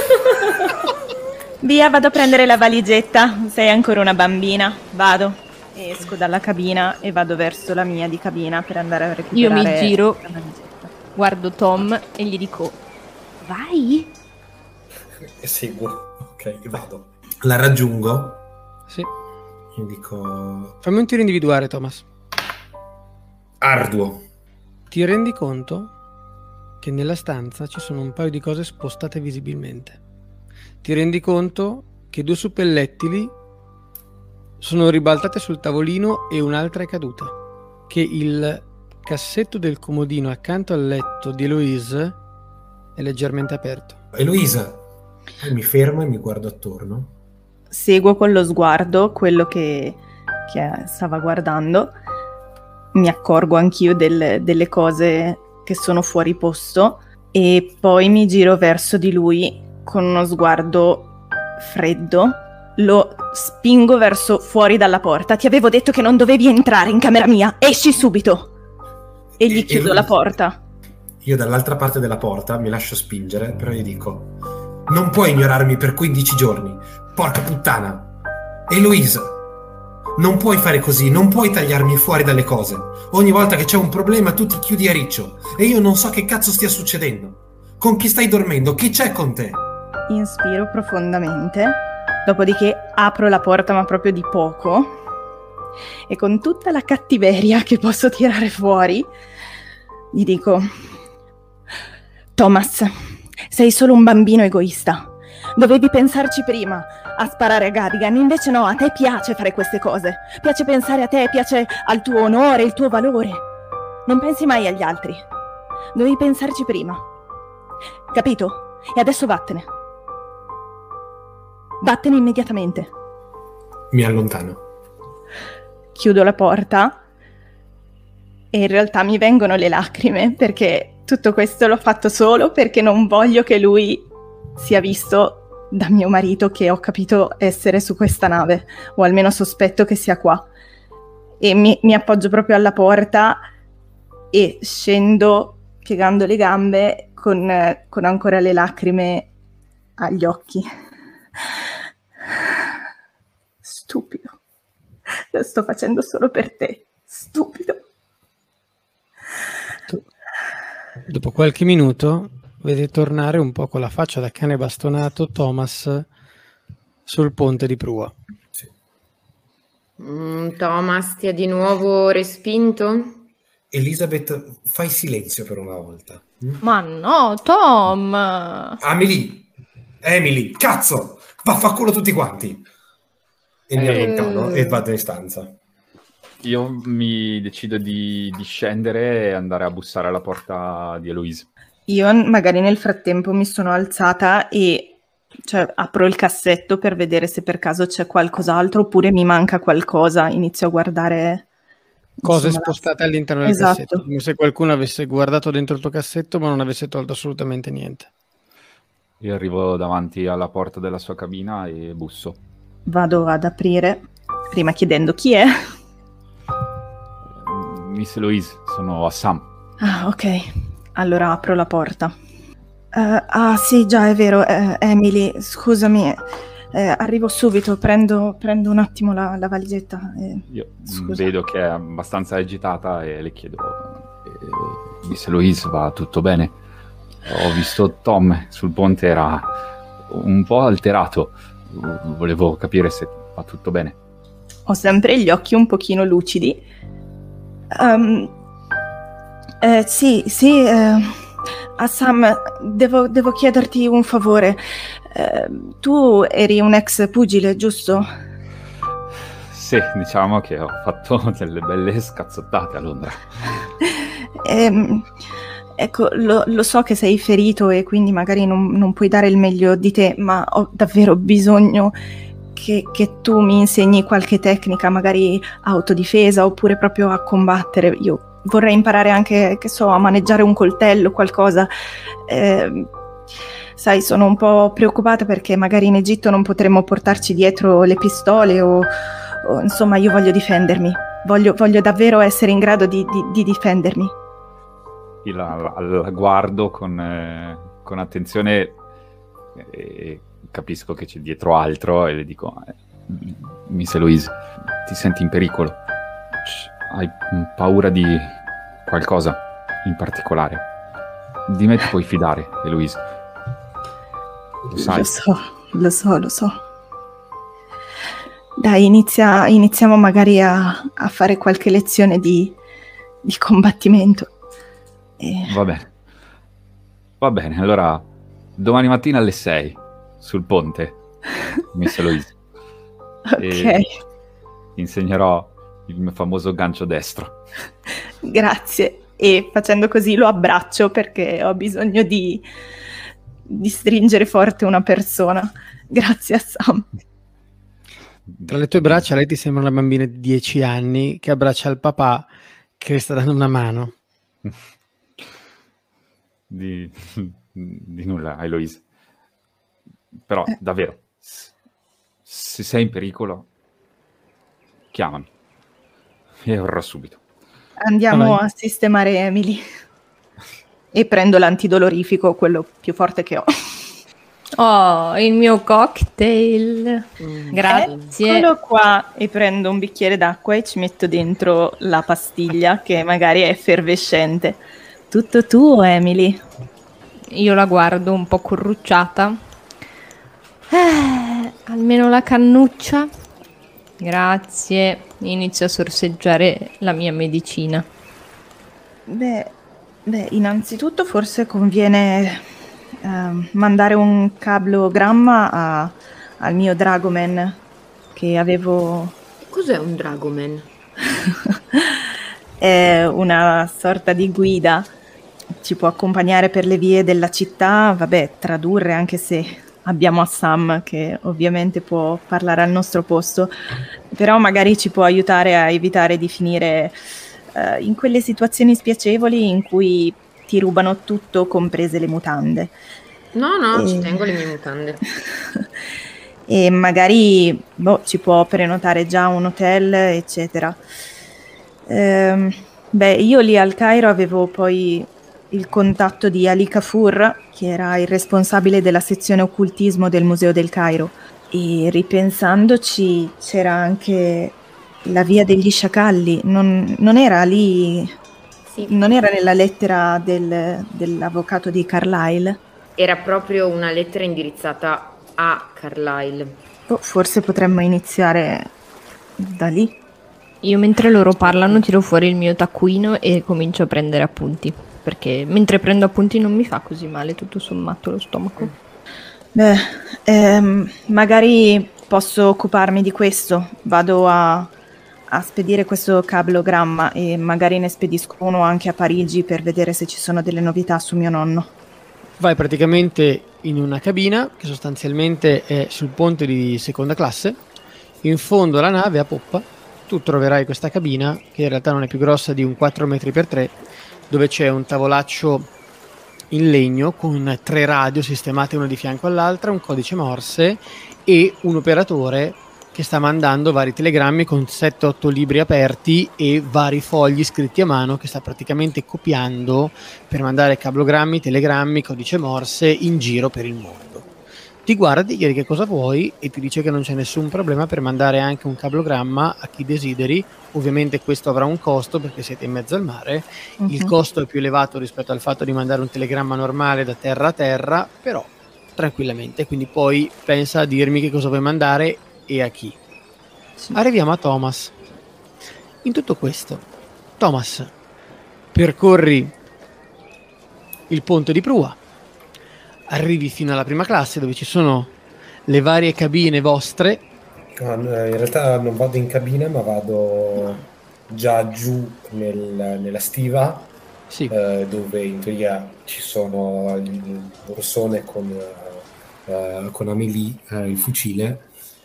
Via, vado a prendere la valigetta. Sei ancora una bambina. Vado. Esco dalla cabina e vado verso la mia di cabina per andare a Io recuperare mi giro, la valigetta. guardo Tom e gli dico: vai? E seguo. Ok, vado. La raggiungo. Sì. Io dico... Fammi un tiro individuare, Thomas. Arduo. Ti rendi conto che nella stanza ci sono un paio di cose spostate visibilmente. Ti rendi conto che 2 suppellettili sono ribaltate sul tavolino e un'altra è caduta. Che il cassetto del comodino accanto al letto di Eloise è leggermente aperto. Eloisa. Poi mi fermo e mi guardo attorno. Seguo con lo sguardo quello che stava guardando. Mi accorgo anch'io delle cose che sono fuori posto e poi mi giro verso di lui con uno sguardo freddo. Lo spingo verso fuori dalla porta. Ti avevo detto che non dovevi entrare in camera mia. Esci subito! E gli chiudo la porta. Io dall'altra parte della porta mi lascio spingere, però gli dico: non puoi ignorarmi per 15 giorni. Porca puttana. Eloisa, non puoi fare così, non puoi tagliarmi fuori dalle cose. Ogni volta che c'è un problema tu ti chiudi a riccio e io non so che cazzo stia succedendo. Con chi stai dormendo? Chi c'è con te? Inspiro profondamente, dopodiché apro la porta, ma proprio di poco, e con tutta la cattiveria che posso tirare fuori gli dico: Thomas, sei solo un bambino egoista. Dovevi pensarci prima a sparare a Gadigan, invece no, a te piace fare queste cose. Piace pensare a te, piace al tuo onore, il tuo valore. Non pensi mai agli altri. Dovevi pensarci prima. Capito? E adesso vattene. Vattene immediatamente. Mi allontano. Chiudo la porta e in realtà mi vengono le lacrime, perché tutto questo l'ho fatto solo perché non voglio che lui sia visto da mio marito, che ho capito essere su questa nave, o almeno sospetto che sia qua. E mi appoggio proprio alla porta e scendo piegando le gambe con ancora le lacrime agli occhi. Stupido. Lo sto facendo solo per te. Stupido. Dopo qualche minuto vede tornare un po' con la faccia da cane bastonato Thomas sul ponte di prua. Sì. Thomas, ti ha di nuovo respinto? Elizabeth, fai silenzio per una volta. Ma no, Tom! Amélie, Emily, cazzo! Vaffanculo tutti quanti! E mi allontano e vado in stanza. Io mi decido di scendere e andare a bussare alla porta di Eloise. Io magari nel frattempo mi sono alzata e apro il cassetto per vedere se per caso c'è qualcos'altro oppure mi manca qualcosa. Inizio a guardare Cose spostate all'interno del Esatto. cassetto, come se qualcuno avesse guardato dentro il tuo cassetto ma non avesse tolto assolutamente niente. Io arrivo davanti alla porta della sua cabina e busso. Vado ad aprire, prima chiedendo chi è. Miss Eloise, sono Assam. Ah, ok. Allora apro la porta. Sì, già, è vero. Emily, scusami. Arrivo subito, prendo un attimo la valigetta. Io Scusa. vedo che è abbastanza agitata e le chiedo: Miss Eloise, va tutto bene? Ho visto Tom sul ponte, era un po' alterato. Volevo capire se va tutto bene. Ho sempre gli occhi un pochino lucidi. Sì, Assam, devo chiederti un favore. Tu eri un ex pugile, giusto? Sì, diciamo che ho fatto delle belle scazzottate a Londra. Ecco, lo so che sei ferito e quindi magari non puoi dare il meglio di te, ma ho davvero bisogno che tu mi insegni qualche tecnica, magari autodifesa oppure proprio a combattere. Io vorrei imparare anche, che so, a maneggiare un coltello, qualcosa. Sai, sono un po' preoccupata perché magari in Egitto non potremmo portarci dietro le pistole o insomma, io voglio difendermi. Voglio davvero essere in grado di difendermi. Io la guardo con attenzione e capisco che c'è dietro altro e le dico: Miss Eloise, ti senti in pericolo? Hai paura di qualcosa in particolare? Di me ti puoi fidare, Eloise. Lo sai. Lo so. Dai, iniziamo magari a fare qualche lezione di combattimento. Va bene, allora domani mattina alle 6 sul ponte, Miss Eloise. Ok. E insegnerò il mio famoso gancio destro. Grazie. E facendo così lo abbraccio perché ho bisogno di stringere forte una persona. Grazie a Sam. Tra le tue braccia lei ti sembra una bambina di 10 anni che abbraccia il papà che le sta dando una mano. Di nulla, Eloise. Però, davvero, se sei in pericolo, chiamami. E verrò subito. Andiamo a sistemare Emily. E prendo l'antidolorifico, quello più forte che ho. Oh, il mio cocktail. Grazie. Eccolo qua. E prendo un bicchiere d'acqua e ci metto dentro la pastiglia che magari è effervescente. Tutto tuo, Emily. Io la guardo un po' corrucciata. Almeno la cannuccia. Grazie. Inizio a sorseggiare la mia medicina. Beh, innanzitutto forse conviene mandare un cablogramma al mio Dragoman che avevo. Cos'è un Dragoman? È una sorta di guida. Ci può accompagnare per le vie della città, vabbè, tradurre anche se abbiamo Assam che ovviamente può parlare al nostro posto, però magari ci può aiutare a evitare di finire in quelle situazioni spiacevoli in cui ti rubano tutto, comprese le mutande. No, ci tengo le mie mutande. E magari ci può prenotare già un hotel, eccetera. Io lì al Cairo avevo poi il contatto di Ali Kafur, che era il responsabile della sezione occultismo del Museo del Cairo, e ripensandoci c'era anche la via degli sciacalli, non era lì, Sì. Non era nella lettera dell'avvocato di Carlyle? Era proprio una lettera indirizzata a Carlyle. Forse potremmo iniziare da lì. Io mentre loro parlano tiro fuori il mio taccuino e comincio a prendere appunti, perché mentre prendo appunti non mi fa così male tutto sommato lo stomaco. Magari posso occuparmi di questo. Vado a spedire questo cablogramma e magari ne spedisco uno anche a Parigi per vedere se ci sono delle novità su mio nonno. Vai praticamente in una cabina che sostanzialmente è sul ponte di seconda classe. In fondo alla nave a poppa tu troverai questa cabina che in realtà non è più grossa di un 4 metri per 3, dove c'è un tavolaccio in legno con 3 radio sistemate una di fianco all'altra, un codice Morse e un operatore che sta mandando vari telegrammi con 7-8 libri aperti e vari fogli scritti a mano che sta praticamente copiando per mandare cablogrammi, telegrammi, codice Morse in giro per il mondo. Ti guarda, ti chiede che cosa vuoi e ti dice che non c'è nessun problema per mandare anche un cablogramma a chi desideri. Ovviamente questo avrà un costo perché siete in mezzo al mare. Il costo è più elevato rispetto al fatto di mandare un telegramma normale da terra a terra, però tranquillamente, quindi poi pensa a dirmi che cosa vuoi mandare e a chi. Arriviamo a Thomas. In tutto questo, Thomas, percorri il ponte di prua, arrivi fino alla prima classe dove ci sono le varie cabine vostre. In realtà non vado in cabina, ma vado già giù nella stiva, Sì. dove in teoria ci sono il borsone con Amelie, il fucile,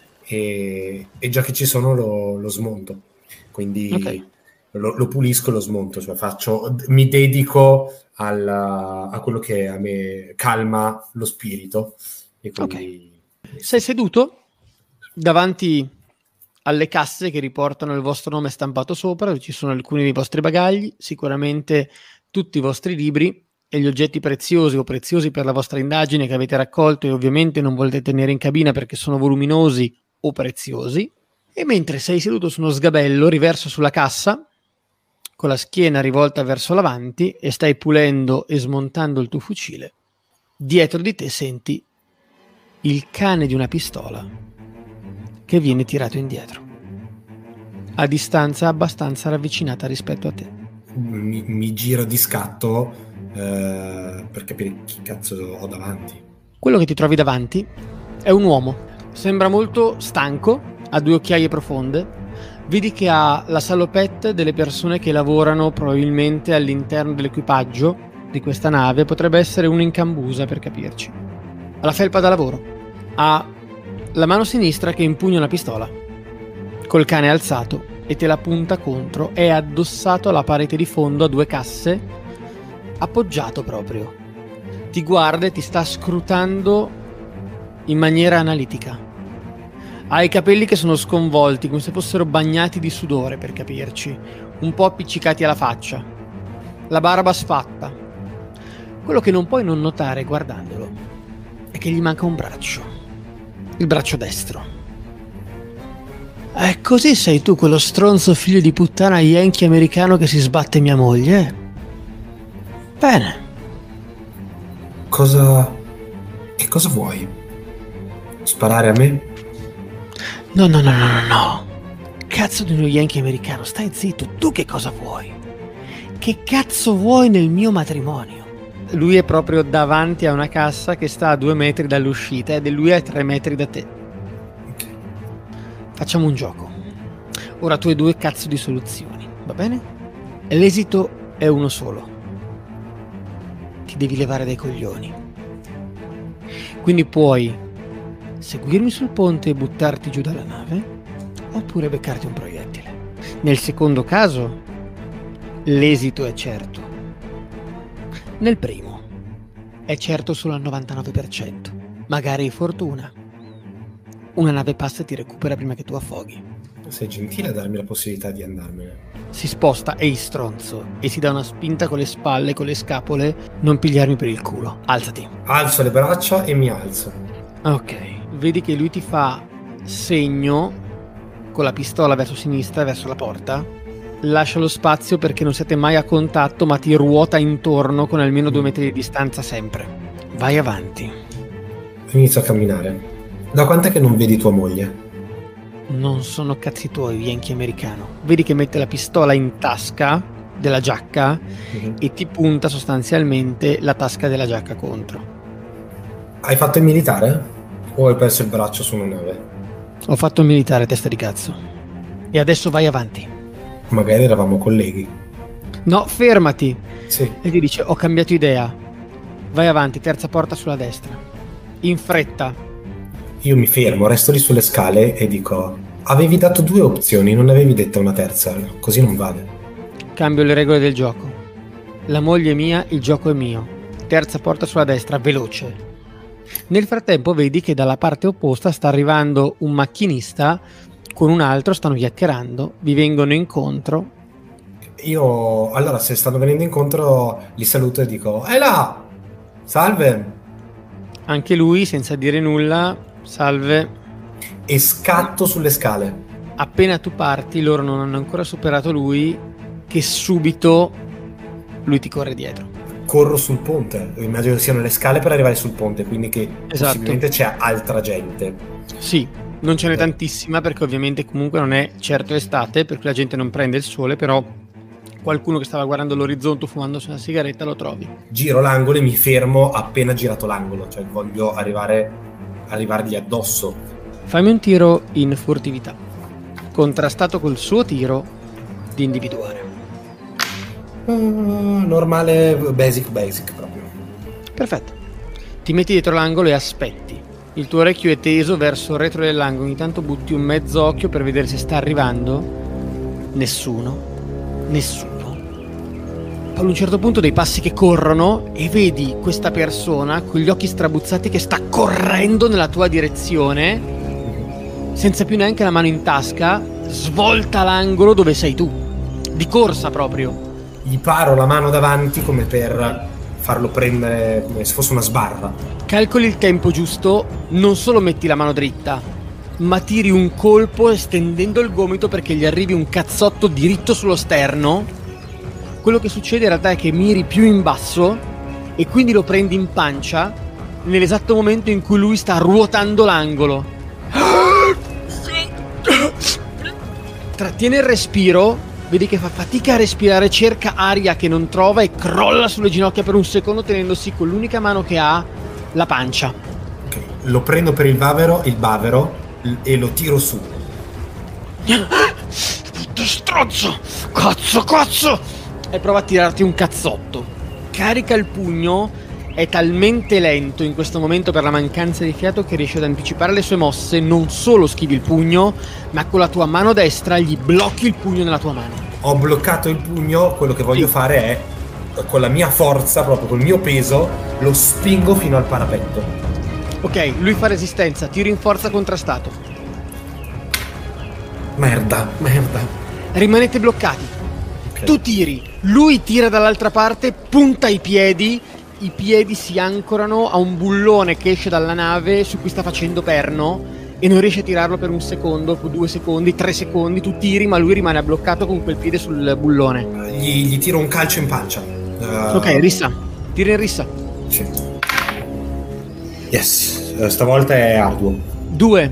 e già che ci sono lo smonto, quindi Ok. lo pulisco e lo smonto, cioè mi dedico a quello che a me calma lo spirito, e quindi Sei seduto davanti alle casse che riportano il vostro nome stampato sopra, dove ci sono alcuni dei vostri bagagli, sicuramente tutti i vostri libri e gli oggetti preziosi o preziosi per la vostra indagine che avete raccolto e ovviamente non volete tenere in cabina perché sono voluminosi o preziosi. E mentre sei seduto su uno sgabello riverso sulla cassa, con la schiena rivolta verso l'avanti e stai pulendo e smontando il tuo fucile, dietro di te senti il cane di una pistola che viene tirato indietro a distanza abbastanza ravvicinata rispetto a te. mi giro di scatto per capire chi cazzo ho davanti. Quello che ti trovi davanti è un uomo, sembra molto stanco, ha 2 occhiaie profonde, vedi che ha la salopette delle persone che lavorano probabilmente all'interno dell'equipaggio di questa nave, potrebbe essere uno in cambusa per capirci. Ha la felpa da lavoro, ha la mano sinistra che impugna una pistola, col cane alzato e te la punta contro, è addossato alla parete di fondo a 2 casse, appoggiato proprio. Ti guarda e ti sta scrutando in maniera analitica. Ha i capelli che sono sconvolti, come se fossero bagnati di sudore, per capirci, un po' appiccicati alla faccia, la barba sfatta. Quello che non puoi non notare guardandolo è che gli manca un braccio, il braccio destro. Così sei tu quello stronzo figlio di puttana yankee americano che si sbatte mia moglie? Bene. Che cosa vuoi? Sparare a me? No. Cazzo di uno yankee americano, stai zitto. Tu che cosa vuoi? Che cazzo vuoi nel mio matrimonio? Lui è proprio davanti a una cassa che sta a 2 metri dall'uscita ed lui è a 3 metri da te. Ok. Facciamo un gioco. Ora tu hai 2 cazzo di soluzioni, va bene? E l'esito è uno solo. Ti devi levare dai coglioni. Quindi puoi seguirmi sul ponte e buttarti giù dalla nave, oppure beccarti un proiettile. Nel secondo caso, l'esito è certo. Nel primo, è certo solo al 99%. Magari fortuna. Una nave passa e ti recupera prima che tu affoghi. Sei gentile a darmi la possibilità di andarmene. Si sposta, ehi stronzo, e si dà una spinta con le spalle, con le scapole. Non pigliarmi per il culo. Alzati. Alzo le braccia e mi alzo. Ok, vedi che lui ti fa segno con la pistola verso sinistra, verso la porta. Lascia lo spazio perché non siete mai a contatto, ma ti ruota intorno con almeno 2 metri di distanza sempre. Vai avanti. Inizio a camminare. Da quant'è che non vedi tua moglie? Non sono cazzi tuoi, yankee americano. Vedi che mette la pistola in tasca della giacca e ti punta sostanzialmente la tasca della giacca contro. Hai fatto il militare? O hai perso il braccio su una nave? Ho fatto il militare, testa di cazzo. E adesso vai avanti. Magari eravamo colleghi. No, fermati. Sì. E ti dice, ho cambiato idea. Vai avanti, terza porta sulla destra. In fretta. Io mi fermo, resto lì sulle scale e dico: avevi dato 2 opzioni, non ne avevi detta una terza. Così non vale. Cambio le regole del gioco. La moglie è mia, il gioco è mio. Terza porta sulla destra, veloce. Nel frattempo vedi che dalla parte opposta sta arrivando un macchinista con un altro, stanno chiacchierando, vi vengono incontro. Io, allora, se stanno venendo incontro, li saluto e dico: là! Salve! Anche lui, senza dire nulla, salve. E scatto sulle scale. Appena tu parti, loro non hanno ancora superato lui, che subito lui ti corre dietro. Corro sul ponte. Immagino che siano le scale per arrivare sul ponte, quindi che Esatto. possibilmente c'è altra gente. Sì, non ce n'è tantissima perché ovviamente comunque non è certo estate, per cui la gente non prende il sole, però qualcuno che stava guardando l'orizzonte fumandosi una sigaretta, lo trovi. Giro l'angolo e mi fermo appena girato l'angolo, cioè voglio arrivargli addosso. Fammi un tiro in furtività, contrastato col suo tiro di individuare. Normale, basic proprio. Perfetto. Ti metti dietro l'angolo e aspetti. Il tuo orecchio è teso verso il retro dell'angolo, ogni tanto butti un mezzo occhio per vedere se sta arrivando. Nessuno. A un certo punto dei passi che corrono e vedi questa persona con gli occhi strabuzzati che sta correndo nella tua direzione, senza più neanche la mano in tasca, svolta l'angolo dove sei tu, di corsa proprio. Gli paro la mano davanti come per farlo prendere come se fosse una sbarra. Calcoli il tempo giusto, non solo metti la mano dritta, ma tiri un colpo estendendo il gomito perché gli arrivi un cazzotto diritto sullo sterno. Quello che succede in realtà è che miri più in basso e quindi lo prendi in pancia nell'esatto momento in cui lui sta ruotando l'angolo. Trattiene il respiro. Vedi che fa fatica a respirare, cerca aria che non trova e crolla sulle ginocchia per un secondo tenendosi con l'unica mano che ha la pancia. Okay. Lo prendo per il bavero e lo tiro su. Tutto stronzo! Cazzo! E prova a tirarti un cazzotto. Carica il pugno, è talmente lento in questo momento per la mancanza di fiato che riesce ad anticipare le sue mosse. Non solo schivi il pugno, ma con la tua mano destra gli blocchi il pugno nella tua mano. Ho bloccato il pugno, quello che voglio fare è, con la mia forza, proprio col mio peso, lo spingo fino al parapetto. Ok, lui fa resistenza, tiro in forza contrastato. Merda. Rimanete bloccati. Okay. Tu tiri, lui tira dall'altra parte, punta i piedi si ancorano a un bullone che esce dalla nave su cui sta facendo perno e non riesce a tirarlo per un secondo, 2 secondi, 3 secondi, tu tiri ma lui rimane bloccato con quel piede sul bullone. Gli tiro un calcio in pancia. Ok, rissa, tira in rissa. Sì. Yes, stavolta è arduo. 2.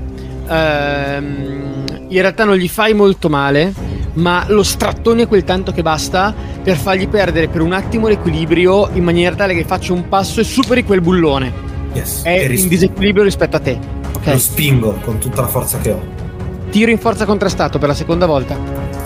In realtà non gli fai molto male, ma lo strattoni quel tanto che basta per fargli perdere per un attimo l'equilibrio in maniera tale che faccia un passo e superi quel bullone. Yes. È in disequilibrio rispetto a te. Okay. Lo spingo con tutta la forza che ho. Tiro in forza contrastato per la seconda volta.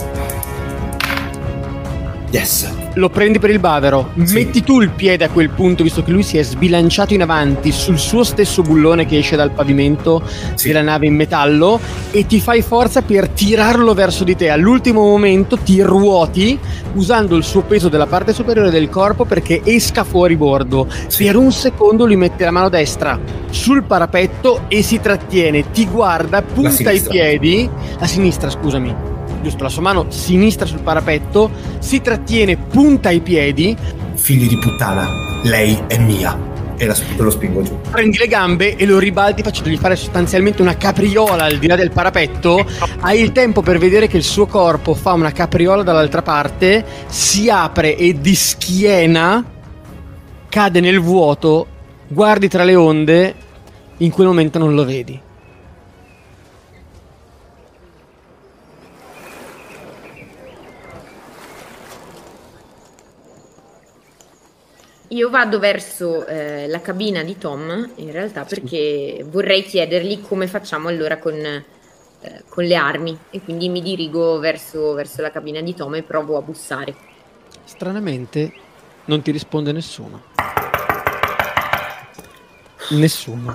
Yes. Lo prendi per il bavero, sì. Metti tu il piede a quel punto, visto che lui si è sbilanciato in avanti sul suo stesso bullone che esce dal pavimento della nave in metallo, e ti fai forza per tirarlo verso di te. All'ultimo momento ti ruoti usando il suo peso della parte superiore del corpo perché esca fuori bordo. Sì. Per un secondo lui mette la mano destra sul parapetto e si trattiene, ti guarda, punta i piedi, la sinistra, scusami. Giusto, la sua mano sinistra sul parapetto, si trattiene, punta i piedi. Figli di puttana, lei è mia. E lo spingo giù. Prendi le gambe e lo ribalti facendogli fare sostanzialmente una capriola al di là del parapetto. Hai il tempo per vedere che il suo corpo fa una capriola dall'altra parte, si apre e di schiena cade nel vuoto. Guardi tra le onde, in quel momento non lo vedi. Io vado verso la cabina di Tom, in realtà, perché vorrei chiedergli come facciamo allora con le armi, e quindi mi dirigo verso la cabina di Tom e provo a bussare. Stranamente non ti risponde nessuno. Nessuno.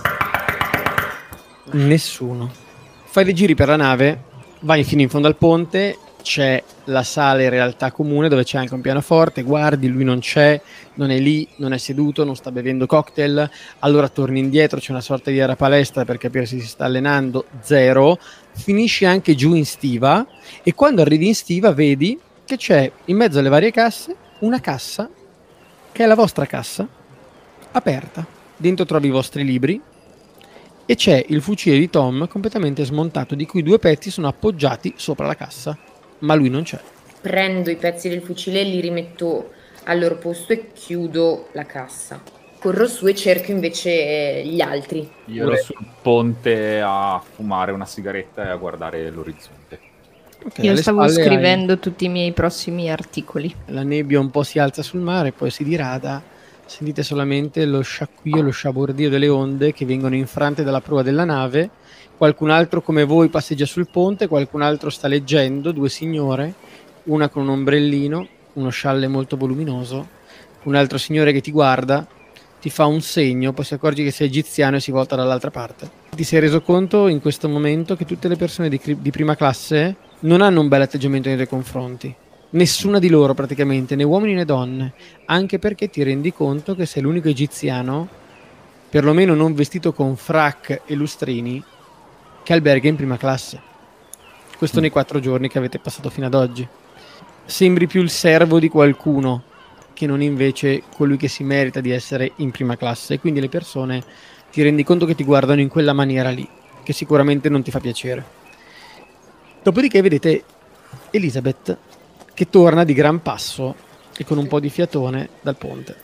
Fai dei giri per la nave, vai fino in fondo al ponte. C'è la sala in realtà comune dove c'è anche un pianoforte, guardi, lui non c'è, non è lì, non è seduto, non sta bevendo cocktail. Allora torni indietro, c'è una sorta di era palestra per capire se si sta allenando, 0. Finisci anche giù in stiva e quando arrivi in stiva vedi che c'è in mezzo alle varie casse una cassa che è la vostra cassa, aperta. Dentro trovi i vostri libri e c'è il fucile di Tom completamente smontato, di cui 2 pezzi sono appoggiati sopra la cassa. Ma lui non c'è. Prendo i pezzi del fucile e li rimetto al loro posto e chiudo la cassa. Corro su e cerco invece gli altri. Io ero sul ponte a fumare una sigaretta e a guardare l'orizzonte. Okay, Io alle stavo spalle scrivendo tutti i miei prossimi articoli. la nebbia un po' si alza sul mare, poi si dirada, sentite solamente lo sciacquio, lo sciabordio delle onde che vengono infrante dalla prua della nave. Qualcun altro come voi passeggia sul ponte, qualcun altro sta leggendo, 2 signore, una con un ombrellino, uno scialle molto voluminoso, un altro signore che ti guarda, ti fa un segno, poi si accorge che sei egiziano e si volta dall'altra parte. Ti sei reso conto in questo momento che tutte le persone di prima classe non hanno un bel atteggiamento nei tuoi confronti. Nessuna di loro praticamente, né uomini né donne, anche perché ti rendi conto che sei l'unico egiziano, perlomeno non vestito con frac e lustrini, che alberga in prima classe. Questo nei 4 giorni che avete passato fino ad oggi. Sembri più il servo di qualcuno che non invece colui che si merita di essere in prima classe, e quindi le persone ti rendi conto che ti guardano in quella maniera lì, che sicuramente non ti fa piacere. Dopodiché vedete Elisabeth che torna di gran passo e con un po' di fiatone dal ponte.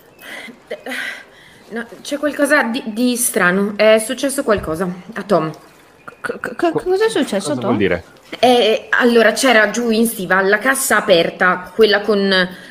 No, c'è qualcosa di strano. È successo qualcosa a Tom. Cosa è successo, Cosa Tom? vuol dire? Allora, c'era giù in stiva la cassa aperta, quella con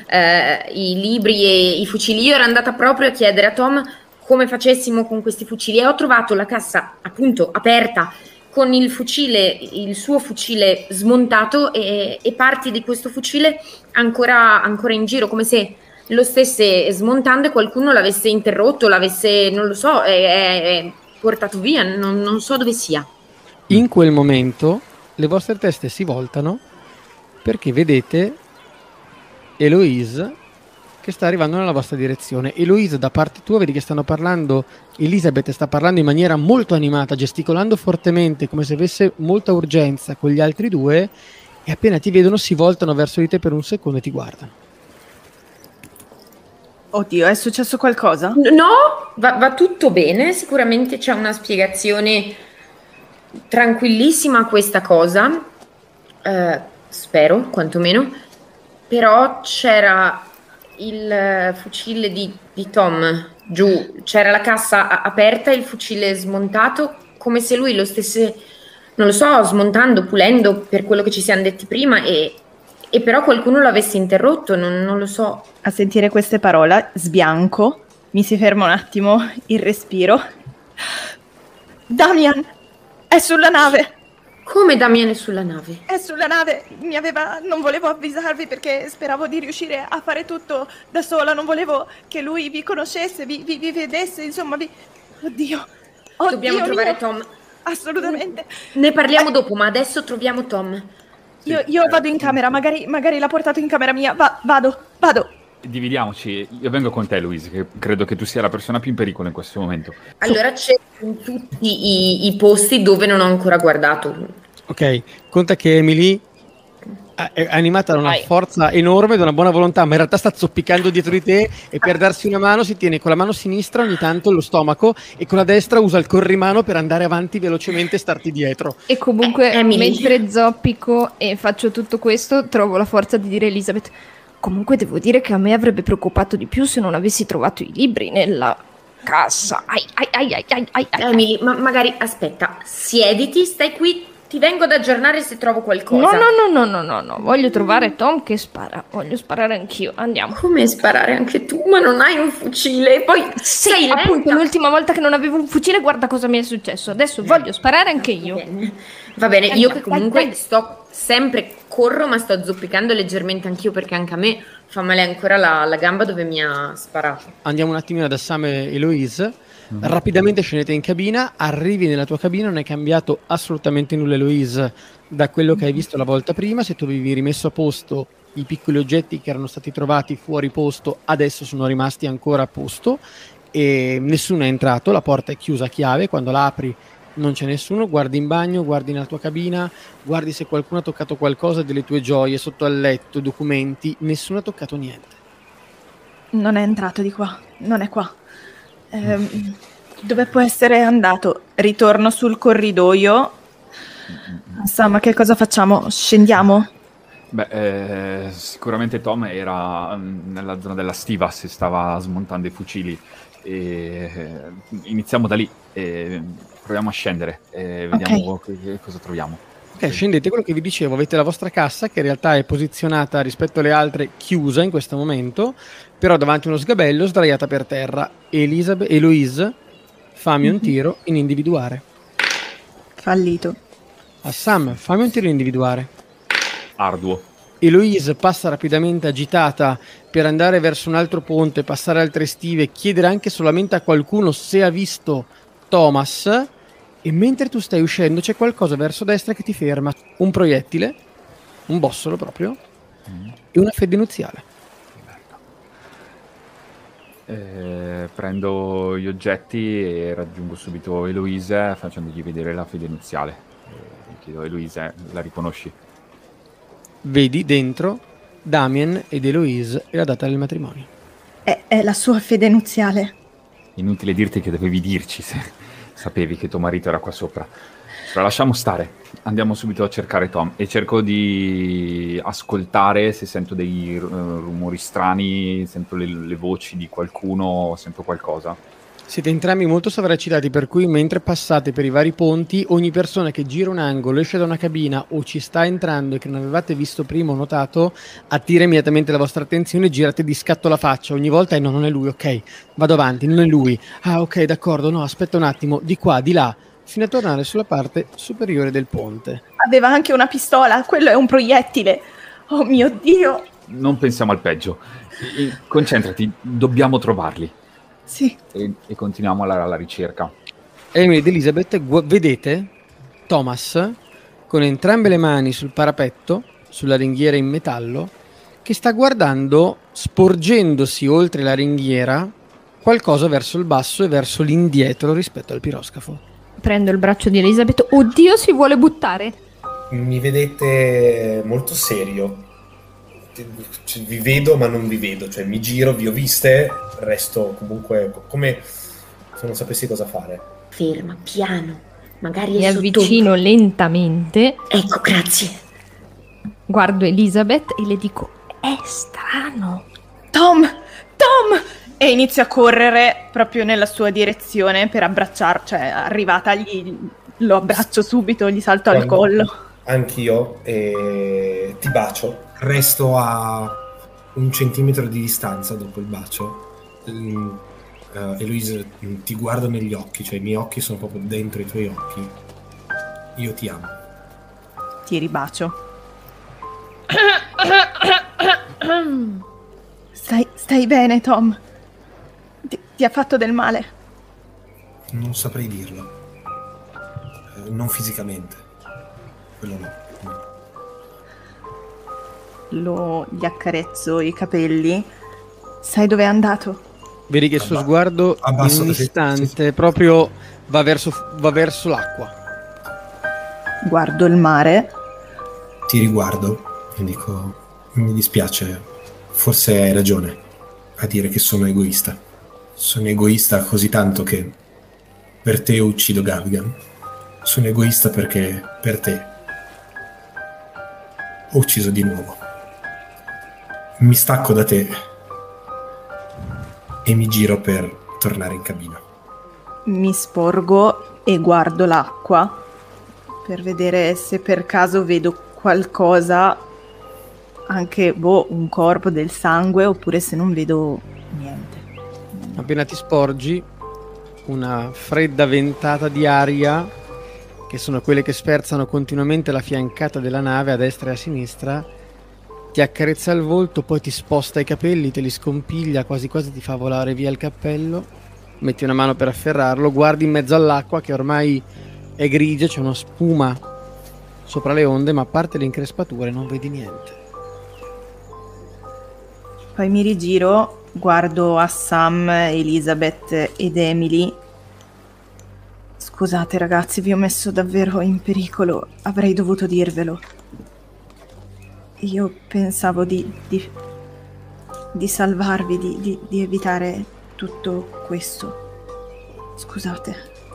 i libri e i fucili. Io ero andata proprio a chiedere a Tom come facessimo con questi fucili e ho trovato la cassa appunto aperta con il suo fucile smontato e parti di questo fucile ancora in giro, come se lo stesse smontando e qualcuno l'avesse interrotto, l'avesse, non lo so, portato via, non so dove sia. In quel momento le vostre teste si voltano perché vedete Eloise che sta arrivando nella vostra direzione. Eloise, da parte tua vedi che stanno parlando, Elisabeth sta parlando in maniera molto animata, gesticolando fortemente come se avesse molta urgenza con gli altri due, e appena ti vedono si voltano verso di te per un secondo e ti guardano. Oddio, è successo qualcosa? No, va tutto bene, sicuramente c'è una spiegazione tranquillissima a questa cosa, spero quantomeno, però c'era il fucile di Tom giù, c'era la cassa aperta e il fucile smontato, come se lui lo stesse, non lo so, smontando, pulendo, per quello che ci siamo detti prima, e però qualcuno l'avesse interrotto, non lo so. A sentire queste parole sbianco, mi si ferma un attimo il respiro. Damian è sulla nave! Come Damian è sulla nave? È sulla nave, non volevo avvisarvi perché speravo di riuscire a fare tutto da sola, non volevo che lui vi conoscesse, vi vedesse, insomma, Oddio, dobbiamo trovare Tom. Assolutamente. Ne parliamo dopo, ma adesso troviamo Tom. Io vado in camera, magari l'ha portato in camera mia, vado. Dividiamoci, io vengo con te, Louise, che credo che tu sia la persona più in pericolo in questo momento. Allora c'è in tutti i posti dove non ho ancora guardato. Ok, conta che Emily è animata da una forza enorme, da una buona volontà, ma in realtà sta zoppicando dietro di te e per darsi una mano si tiene con la mano sinistra ogni tanto lo stomaco e con la destra usa il corrimano per andare avanti velocemente e starti dietro. E comunque mentre zoppico e faccio tutto questo trovo la forza di dire a Elisabeth: comunque devo dire che a me avrebbe preoccupato di più se non avessi trovato i libri nella cassa. Emily, ma magari aspetta, siediti, stai qui, ti vengo ad aggiornare se trovo qualcosa. No, voglio trovare Tom che spara, voglio sparare anch'io, andiamo. Come sparare anche tu? Ma non hai un fucile, e poi sei appunto l'ultima volta che non avevo un fucile, guarda cosa mi è successo, adesso voglio sparare anche io. Va bene, io che comunque sto sempre, corro ma sto zoppicando leggermente anch'io perché anche a me fa male ancora la gamba dove mi ha sparato. Andiamo un attimino ad Assame e Eloise. Rapidamente scendete in cabina, arrivi nella tua cabina, non è cambiato assolutamente nulla, Eloise, da quello che hai visto la volta prima. Se tu avevi rimesso a posto i piccoli oggetti che erano stati trovati fuori posto, adesso sono rimasti ancora a posto e nessuno è entrato, la porta è chiusa a chiave, quando la apri non c'è nessuno, guardi in bagno, guardi nella tua cabina, guardi se qualcuno ha toccato qualcosa delle tue gioie, sotto al letto, documenti, nessuno ha toccato niente. Non è entrato di qua, non è qua. Dove può essere andato? Ritorno sul corridoio. Sam, che cosa facciamo? Scendiamo? Beh, sicuramente Tom era nella zona della stiva, si stava smontando i fucili. Iniziamo da lì e proviamo a scendere e vediamo che cosa troviamo. Ok, scendete, quello che vi dicevo, avete la vostra cassa che in realtà è posizionata rispetto alle altre chiusa in questo momento, però davanti a uno sgabello sdraiata per terra. Eloise, fammi un tiro in individuare. Fallito. Assam, fammi un tiro in individuare. Arduo. Eloise passa rapidamente agitata per andare verso un altro ponte, passare altre stive, chiedere anche solamente a qualcuno se ha visto Thomas, e mentre tu stai uscendo c'è qualcosa verso destra che ti ferma. Un proiettile, un bossolo proprio, e una fede nuziale. Prendo gli oggetti e raggiungo subito Eloise facendogli vedere la fede nuziale. Mi chiedo, Eloise, la riconosci? Vedi dentro Damien ed Eloise e la data del matrimonio. È la sua fede nuziale. Inutile dirti che dovevi dirci se sapevi che tuo marito era qua sopra. Però lasciamo stare, andiamo subito a cercare Tom e cerco di ascoltare se sento dei rumori strani, sento le voci di qualcuno, sento qualcosa. Siete entrambi molto sovraccitati, per cui mentre passate per i vari ponti, ogni persona che gira un angolo, esce da una cabina o ci sta entrando e che non avevate visto prima o notato, attira immediatamente la vostra attenzione, girate di scatto la faccia, ogni volta no, non è lui, ok, vado avanti, non è lui, ah ok, d'accordo, no, aspetta un attimo, di qua, di là, fino a tornare sulla parte superiore del ponte. Aveva anche una pistola, quello è un proiettile. Oh mio Dio! Non pensiamo al peggio, concentrati, dobbiamo trovarli. Sì. E continuiamo alla ricerca. Emily ed Elizabeth vedete Thomas con entrambe le mani sul parapetto, sulla ringhiera in metallo, che sta guardando, sporgendosi oltre la ringhiera, qualcosa verso il basso e verso l'indietro rispetto al piroscafo. Prendo il braccio di Elizabeth. Oddio, si vuole buttare. Mi vedete molto serio. Vi vedo ma non vi vedo, cioè mi giro, vi ho viste, resto comunque come se non sapessi cosa fare. Ferma, piano. Magari Mi è avvicino lentamente. Ecco, grazie. Guardo Elizabeth e le dico: è strano. Tom! E inizio a correre proprio nella sua direzione per abbracciarlo, cioè arrivata lo abbraccio subito, gli salto al collo. Anch'io e ti bacio. Resto a 1 centimetro di distanza dopo il bacio. Eloise, ti guardo negli occhi, cioè i miei occhi sono proprio dentro i tuoi occhi. Io ti amo. Ti ribacio. Stai bene, Tom? Ti ha fatto del male? Non saprei dirlo. Non fisicamente. Quello no. Gli accarezzo i capelli. Sai dove è andato? Vedi che il suo sguardo in un istante proprio va verso l'acqua. Guardo il mare. Ti riguardo e dico: mi dispiace, forse hai ragione a dire che sono egoista. Sono egoista così tanto che per te uccido Gavigan. Sono egoista perché per te ho ucciso di nuovo. Mi stacco da te e mi giro per tornare in cabina. Mi sporgo e guardo l'acqua per vedere se per caso vedo qualcosa, anche un corpo, del sangue, oppure se non vedo niente. Appena ti sporgi, una fredda ventata di aria, che sono quelle che sferzano continuamente la fiancata della nave a destra e a sinistra, ti accarezza il volto, poi ti sposta i capelli, te li scompiglia, quasi quasi ti fa volare via il cappello, metti una mano per afferrarlo, guardi in mezzo all'acqua che ormai è grigia, c'è una spuma sopra le onde, ma a parte le increspature non vedi niente. Poi mi rigiro, guardo Assam, Elizabeth ed Emily. Scusate ragazzi, vi ho messo davvero in pericolo, avrei dovuto dirvelo. Io pensavo di salvarvi, di evitare tutto questo. Scusate.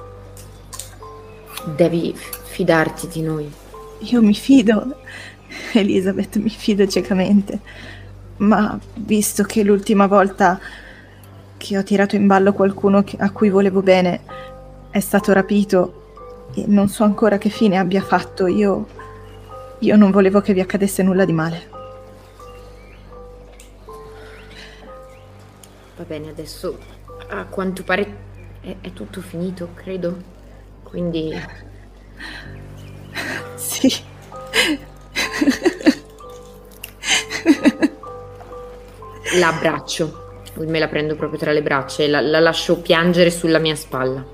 Devi fidarti di noi. Io mi fido, Elizabeth, mi fido ciecamente. Ma visto che l'ultima volta che ho tirato in ballo qualcuno a cui volevo bene è stato rapito e non so ancora che fine abbia fatto, io Io non volevo che vi accadesse nulla di male. Va bene, adesso a quanto pare è tutto finito, credo. Quindi... Sì. La abbraccio, me la prendo proprio tra le braccia e la lascio piangere sulla mia spalla.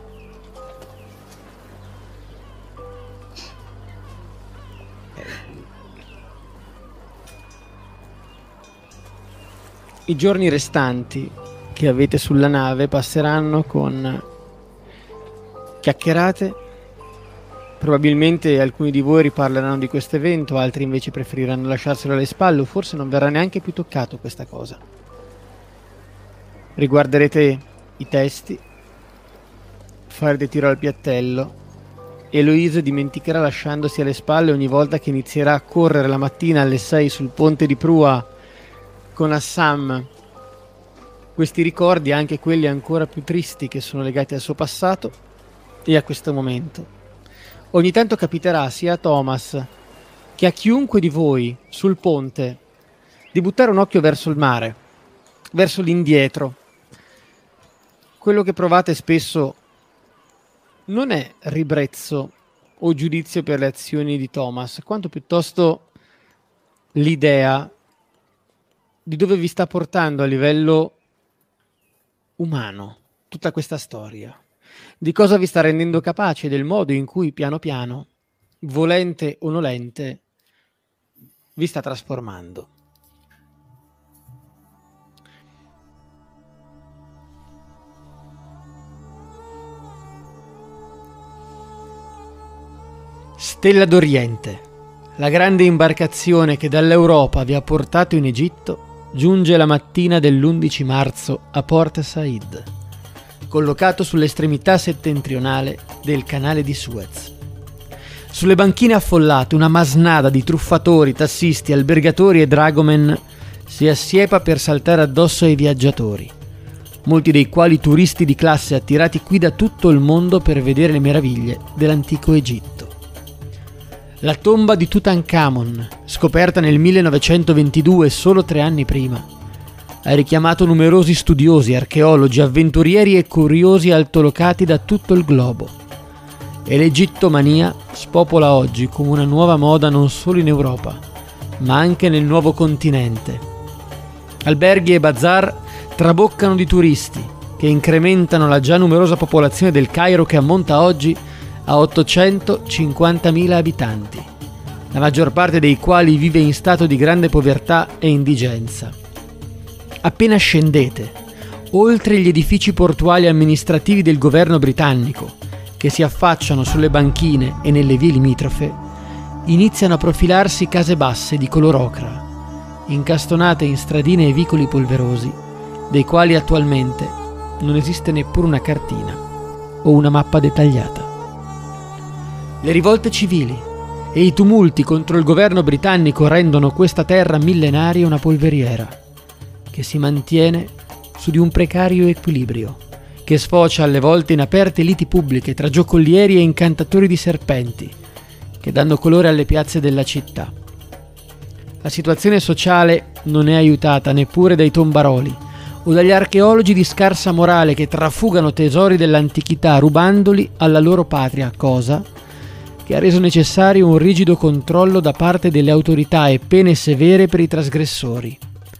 I giorni restanti che avete sulla nave passeranno con chiacchierate. Probabilmente alcuni di voi riparleranno di questo evento, altri invece preferiranno lasciarselo alle spalle, o forse non verrà neanche più toccato questa cosa. Riguarderete i testi, farete tiro al piattello. Eloise dimenticherà lasciandosi alle spalle ogni volta che inizierà a correre la mattina alle 6 sul ponte di prua con Assam questi ricordi, anche quelli ancora più tristi che sono legati al suo passato e a questo momento. Ogni tanto capiterà sia a Thomas che a chiunque di voi sul ponte di buttare un occhio verso il mare, verso l'indietro. Quello che provate spesso non è ribrezzo o giudizio per le azioni di Thomas, quanto piuttosto l'idea di dove vi sta portando a livello umano tutta questa storia, di cosa vi sta rendendo capaci, del modo in cui piano piano, volente o nolente, vi sta trasformando. Stella d'Oriente, la grande imbarcazione che dall'Europa vi ha portato in Egitto, giunge la mattina dell'11 marzo a Port Said, collocato sull'estremità settentrionale del canale di Suez. Sulle banchine affollate una masnada di truffatori, tassisti, albergatori e dragomen si assiepa per saltare addosso ai viaggiatori, molti dei quali turisti di classe attirati qui da tutto il mondo per vedere le meraviglie dell'antico Egitto. La tomba di Tutankhamon, scoperta nel 1922, solo 3 anni prima, ha richiamato numerosi studiosi, archeologi, avventurieri e curiosi altolocati da tutto il globo. E l'egittomania spopola oggi come una nuova moda non solo in Europa, ma anche nel nuovo continente. Alberghi e bazar traboccano di turisti che incrementano la già numerosa popolazione del Cairo, che ammonta oggi a 850.000 abitanti, la maggior parte dei quali vive in stato di grande povertà e indigenza. Appena scendete, oltre gli edifici portuali amministrativi del governo britannico, che si affacciano sulle banchine e nelle vie limitrofe, iniziano a profilarsi case basse di color ocra, incastonate in stradine e vicoli polverosi, dei quali attualmente non esiste neppure una cartina o una mappa dettagliata. Le rivolte civili e i tumulti contro il governo britannico rendono questa terra millenaria una polveriera che si mantiene su di un precario equilibrio, che sfocia alle volte in aperte liti pubbliche tra giocolieri e incantatori di serpenti che danno colore alle piazze della città. La situazione sociale non è aiutata neppure dai tombaroli o dagli archeologi di scarsa morale che trafugano tesori dell'antichità rubandoli alla loro patria, cosa che ha reso necessario un rigido controllo da parte delle autorità e pene severe per i trasgressori.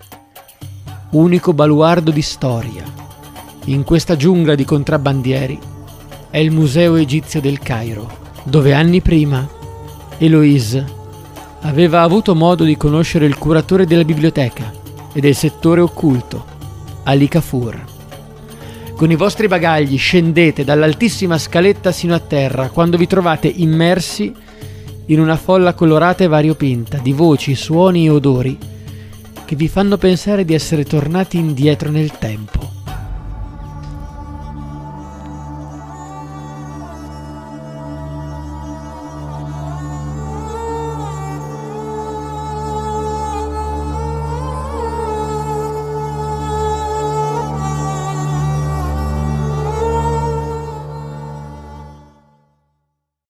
Unico baluardo di storia in questa giungla di contrabbandieri è il Museo Egizio del Cairo, dove anni prima Eloise aveva avuto modo di conoscere il curatore della biblioteca e del settore occulto, Ali Kafur. Con i vostri bagagli scendete dall'altissima scaletta sino a terra, quando vi trovate immersi in una folla colorata e variopinta di voci, suoni e odori che vi fanno pensare di essere tornati indietro nel tempo.